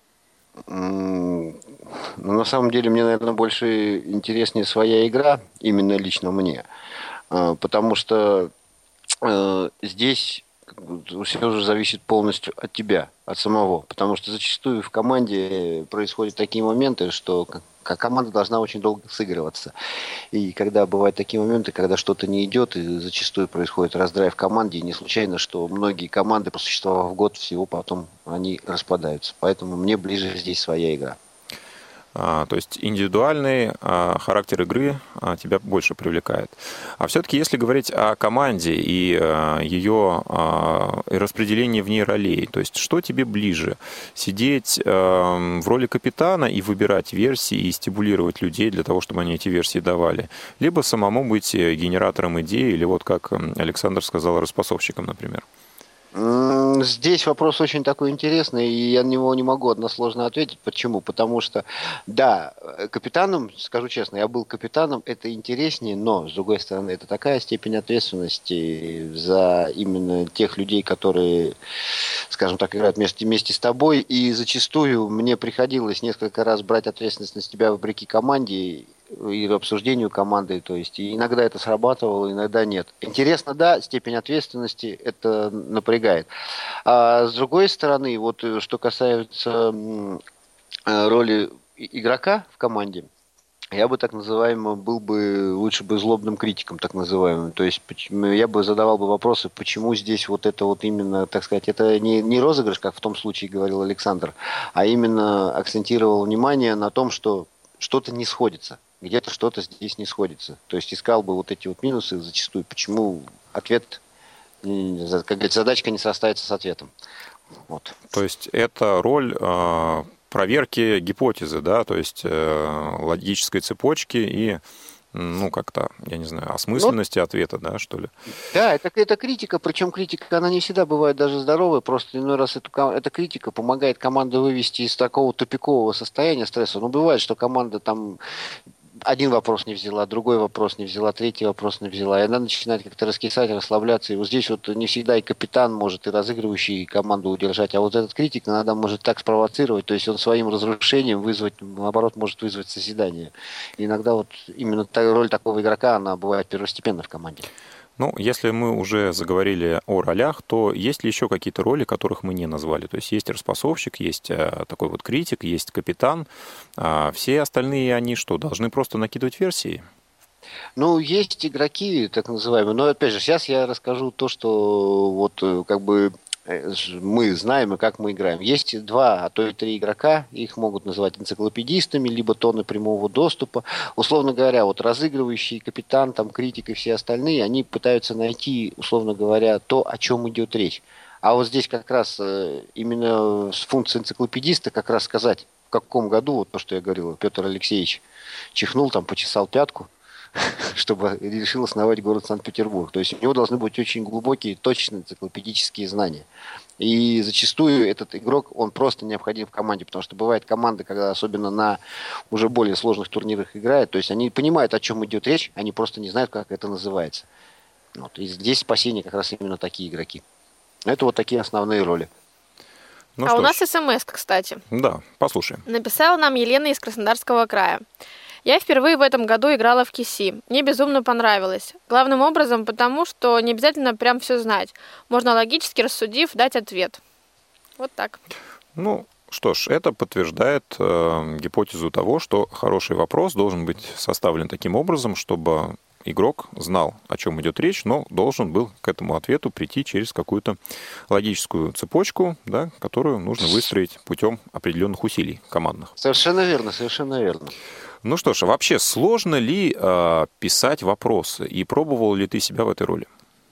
На самом деле, мне, наверное, больше интереснее своя игра, именно лично мне. Потому что здесь все уже зависит полностью от тебя, от самого. Потому что зачастую в команде происходят такие моменты, что команда должна очень долго сыгрываться. И когда бывают такие моменты, когда что-то не идет, и зачастую происходит раздрай в команде, и не случайно, что многие команды, просуществовав год, всего потом они распадаются. Поэтому мне ближе здесь своя игра. То есть индивидуальный характер игры тебя больше привлекает. А все-таки, если говорить о команде и ее распределении в ней ролей, то есть что тебе ближе? Сидеть в роли капитана и выбирать версии и стимулировать людей для того, чтобы они эти версии давали? Либо самому быть генератором идей, или вот как Александр сказал, распасовщиком, например? Здесь вопрос очень такой интересный, и я на него не могу односложно ответить. Почему? Потому что, да, капитаном, скажу честно, я был капитаном, это интереснее, но, с другой стороны, это такая степень ответственности за именно тех людей, которые, скажем так, играют вместе с тобой, и зачастую мне приходилось несколько раз брать ответственность на себя вопреки команде, и обсуждению команды, то есть и иногда это срабатывало, иногда нет. Интересно, да, степень ответственности это напрягает. А с другой стороны, вот что касается роли игрока в команде, я бы так называемый был бы лучше бы злобным критиком, так называемым. То есть я бы задавал бы вопросы, почему здесь вот это вот именно, так сказать, это не розыгрыш, как в том случае говорил Александр, а именно акцентировал внимание на том, что что-то не сходится. Где-то что-то здесь не сходится. То есть искал бы вот эти вот минусы зачастую, почему ответ, как говорится, задачка не срастается с ответом. Вот. То есть это роль проверки гипотезы, да, то есть логической цепочки и, ну, как-то, я не знаю, осмысленности ответа, да, что ли? Да, это критика, причем критика, она не всегда бывает даже здоровая, просто иной раз эта критика помогает команду вывести из такого тупикового состояния стресса. Но бывает, что команда там один вопрос не взяла, другой вопрос не взяла, третий вопрос не взяла, и она начинает как-то раскисать, расслабляться, и вот здесь вот не всегда и капитан может, и разыгрывающий команду удержать, а вот этот критик иногда может так спровоцировать, то есть он своим разрушением вызвать, наоборот, может вызвать созидание. И иногда вот именно роль такого игрока, она бывает первостепенна в команде. Ну, если мы уже заговорили о ролях, то есть ли еще какие-то роли, которых мы не назвали? То есть есть распасовщик, есть такой вот критик, есть капитан. А все остальные, они что, должны просто накидывать версии? Ну, есть игроки, так называемые, но опять же, сейчас я расскажу то, что вот как бы мы знаем и как мы играем. Есть 2, а то и 3 игрока, их могут называть энциклопедистами, либо тоны прямого доступа. Условно говоря, вот разыгрывающий капитан, там, критик и все остальные, они пытаются найти, условно говоря, то, о чем идет речь. А вот здесь как раз именно с функцией энциклопедиста как раз сказать, в каком году, вот то, что я говорил, Петр Алексеевич чихнул, там, почесал пятку, чтобы решил основать город Санкт-Петербург. То есть у него должны быть очень глубокие, точные энциклопедические знания. И зачастую этот игрок, он просто необходим в команде, потому что бывает команда, когда особенно на уже более сложных турнирах играет, то есть они понимают, о чем идет речь, они просто не знают, как это называется. Вот. И здесь спасение как раз именно такие игроки. Это вот такие основные роли. Ну, у нас СМС, кстати. Да, послушаем. Написала нам Елена из Краснодарского края. Я впервые в этом году играла в КИСИ. Мне безумно понравилось. Главным образом потому, что не обязательно прям все знать. Можно логически рассудив дать ответ. Вот так. Ну, что ж, это подтверждает гипотезу того, что хороший вопрос должен быть составлен таким образом, чтобы игрок знал, о чем идет речь, но должен был к этому ответу прийти через какую-то логическую цепочку, да, которую нужно выстроить путем определенных усилий командных. Совершенно верно, совершенно верно. Ну что ж, а вообще сложно ли писать вопросы? И пробовал ли ты себя в этой роли?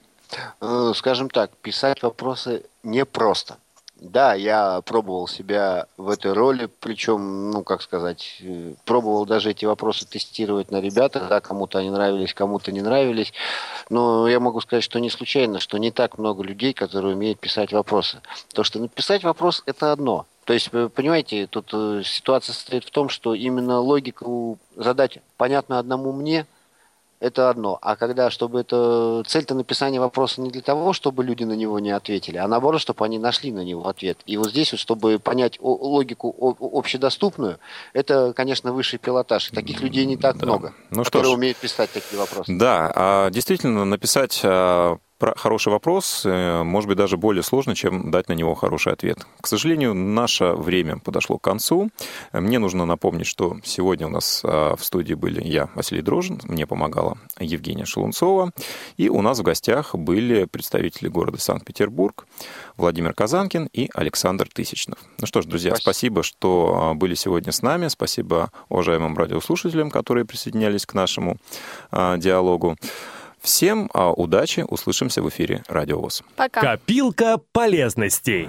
Скажем так, писать вопросы непросто. Да, я пробовал себя в этой роли, причем, ну, как сказать, пробовал даже эти вопросы тестировать на ребятах, да, кому-то они нравились, кому-то не нравились, но я могу сказать, что не случайно, что не так много людей, которые умеют писать вопросы. То, что написать вопрос – это одно. То есть, понимаете, тут ситуация состоит в том, что именно логику задать понятно одному мне – это одно. А когда, чтобы это... Цель-то написания вопроса не для того, чтобы люди на него не ответили, а наоборот, чтобы они нашли на него ответ. И вот здесь, вот, чтобы понять логику общедоступную, это, конечно, высший пилотаж. И таких людей не так много, которые умеют писать такие вопросы. Да, действительно, написать Хороший вопрос, может быть, даже более сложный, чем дать на него хороший ответ. К сожалению, наше время подошло к концу. Мне нужно напомнить, что сегодня у нас в студии были я, Василий Дрожжин, мне помогала Евгения Шелунцова, и у нас в гостях были представители города Санкт-Петербург, Владимир Казанкин и Александр Тысячнов. Ну что ж, друзья, спасибо, что были сегодня с нами. Спасибо уважаемым радиослушателям, которые присоединялись к нашему диалогу. Всем удачи, услышимся в эфире Радио ВОС. Пока. Копилка полезностей.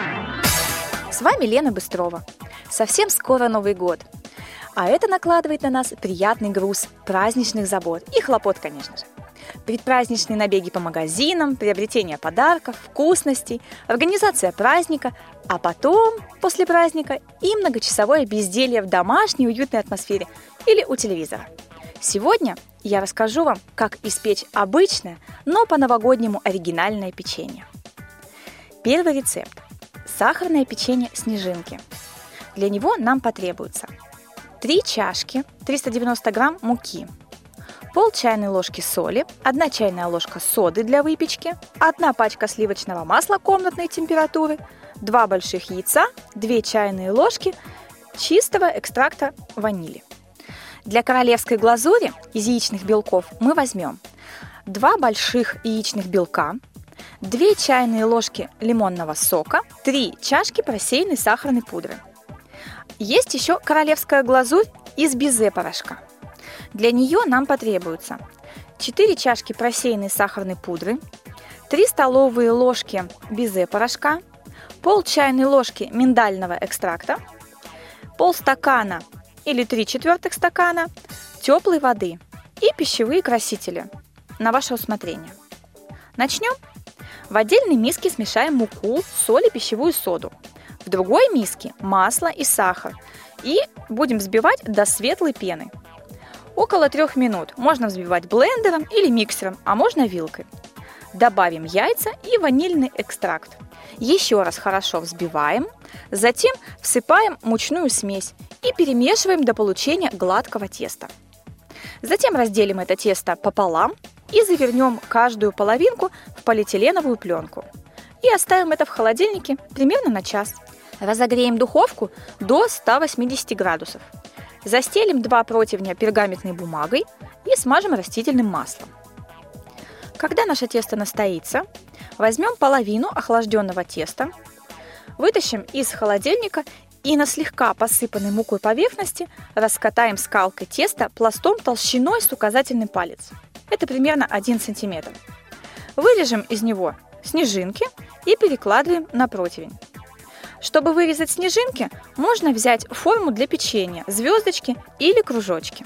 С вами Лена Быстрова. Совсем скоро Новый год. А это накладывает на нас приятный груз праздничных забот и хлопот, конечно же. Предпраздничные набеги по магазинам, приобретение подарков, вкусностей, организация праздника, а потом, после праздника, и многочасовое безделье в домашней уютной атмосфере или у телевизора. Сегодня я расскажу вам, как испечь обычное, но по-новогоднему оригинальное печенье. Первый рецепт – сахарное печенье снежинки. Для него нам потребуется 3 чашки, 390 грамм муки, пол чайной ложки соли, 1 чайная ложка соды для выпечки, 1 пачка сливочного масла комнатной температуры, 2 больших яйца, 2 чайные ложки чистого экстракта ванили. Для королевской глазури из яичных белков мы возьмем 2 больших яичных белка, 2 чайные ложки лимонного сока, 3 чашки просеянной сахарной пудры. Есть еще королевская глазурь из безе порошка. Для нее нам потребуется 4 чашки просеянной сахарной пудры, 3 столовые ложки безе порошка, пол чайной ложки миндального экстракта, полстакана или 3/4 стакана теплой воды и пищевые красители на ваше усмотрение. Начнем. В отдельной миске смешаем муку, соль и пищевую соду. В другой миске масло и сахар. И будем взбивать до светлой пены. Около 3 минут можно взбивать блендером или миксером, а можно вилкой. Добавим яйца и ванильный экстракт. Еще раз хорошо взбиваем, затем всыпаем мучную смесь и перемешиваем до получения гладкого теста. Затем разделим это тесто пополам и завернем каждую половинку в полиэтиленовую пленку. И оставим это в холодильнике примерно на час. Разогреем духовку до 180 градусов. Застелим 2 противня пергаментной бумагой и смажем растительным маслом. Когда наше тесто настоится, возьмем половину охлажденного теста, вытащим из холодильника и на слегка посыпанной мукой поверхности раскатаем скалкой тесто пластом толщиной с указательный палец. Это примерно 1 см. Вырежем из него снежинки и перекладываем на противень. Чтобы вырезать снежинки, можно взять форму для печенья, звездочки или кружочки.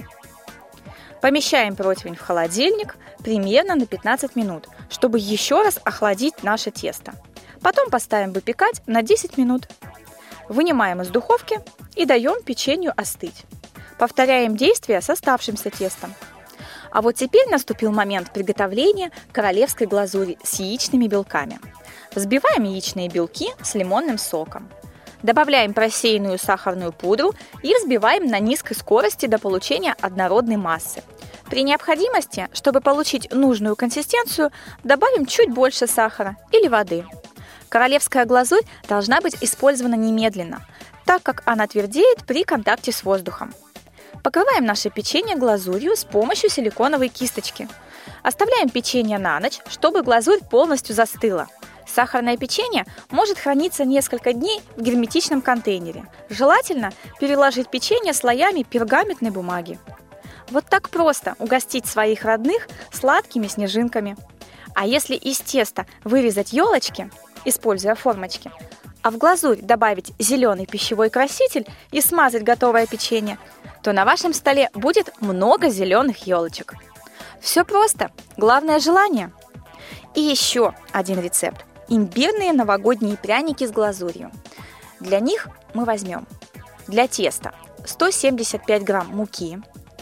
Помещаем противень в холодильник примерно на 15 минут, чтобы еще раз охладить наше тесто. Потом поставим выпекать на 10 минут. Вынимаем из духовки и даем печенью остыть. Повторяем действия с оставшимся тестом. А вот теперь наступил момент приготовления королевской глазури с яичными белками. Взбиваем яичные белки с лимонным соком. Добавляем просеянную сахарную пудру и взбиваем на низкой скорости до получения однородной массы. При необходимости, чтобы получить нужную консистенцию, добавим чуть больше сахара или воды. Королевская глазурь должна быть использована немедленно, так как она твердеет при контакте с воздухом. Покрываем наше печенье глазурью с помощью силиконовой кисточки. Оставляем печенье на ночь, чтобы глазурь полностью застыла. Сахарное печенье может храниться несколько дней в герметичном контейнере. Желательно переложить печенье слоями пергаментной бумаги. Вот так просто угостить своих родных сладкими снежинками. А если из теста вырезать елочки, используя формочки, а в глазурь добавить зеленый пищевой краситель и смазать готовое печенье, то на вашем столе будет много зеленых елочек. Все просто, главное желание. И еще один рецепт. Имбирные новогодние пряники с глазурью. Для них мы возьмем для теста 175 грамм муки,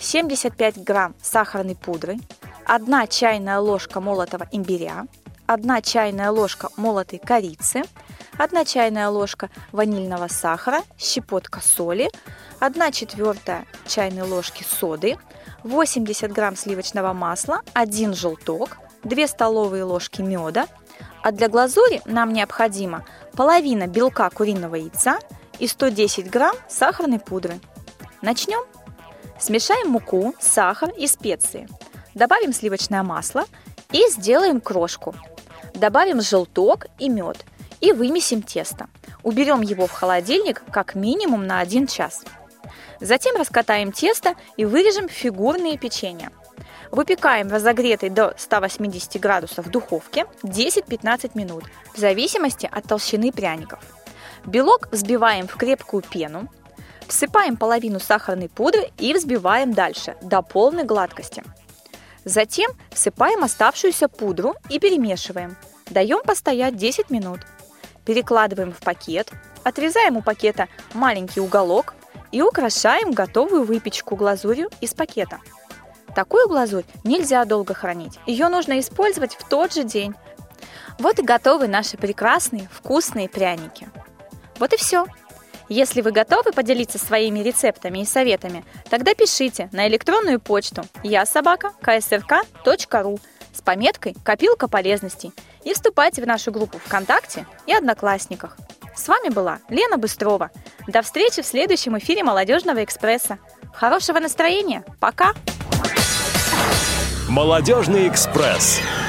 75 грамм сахарной пудры, 1 чайная ложка молотого имбиря, 1 чайная ложка молотой корицы, 1 чайная ложка ванильного сахара, щепотка соли, 1/4 чайной ложки соды, 80 грамм сливочного масла, 1 желток, 2 столовые ложки меда, а для глазури нам необходимо половина белка куриного яйца и 110 грамм сахарной пудры. Начнем. Смешаем муку, сахар и специи. Добавим сливочное масло и сделаем крошку. Добавим желток и мед и вымесим тесто. Уберем его в холодильник как минимум на 1 час. Затем раскатаем тесто и вырежем фигурные печенья. Выпекаем в разогретой до 180 градусов духовке 10-15 минут, в зависимости от толщины пряников. Белок взбиваем в крепкую пену, всыпаем половину сахарной пудры и взбиваем дальше, до полной гладкости. Затем всыпаем оставшуюся пудру и перемешиваем. Даем постоять 10 минут. Перекладываем в пакет, отрезаем у пакета маленький уголок и украшаем готовую выпечку глазурью из пакета. Такую глазурь нельзя долго хранить, ее нужно использовать в тот же день. Вот и готовы наши прекрасные вкусные пряники. Вот и все. Если вы готовы поделиться своими рецептами и советами, тогда пишите на электронную почту я@ksrk.ru с пометкой «Копилка полезностей» и вступайте в нашу группу ВКонтакте и Одноклассниках. С вами была Лена Быстрова. До встречи в следующем эфире «Молодежного экспресса». Хорошего настроения. Пока! «Молодежный экспресс».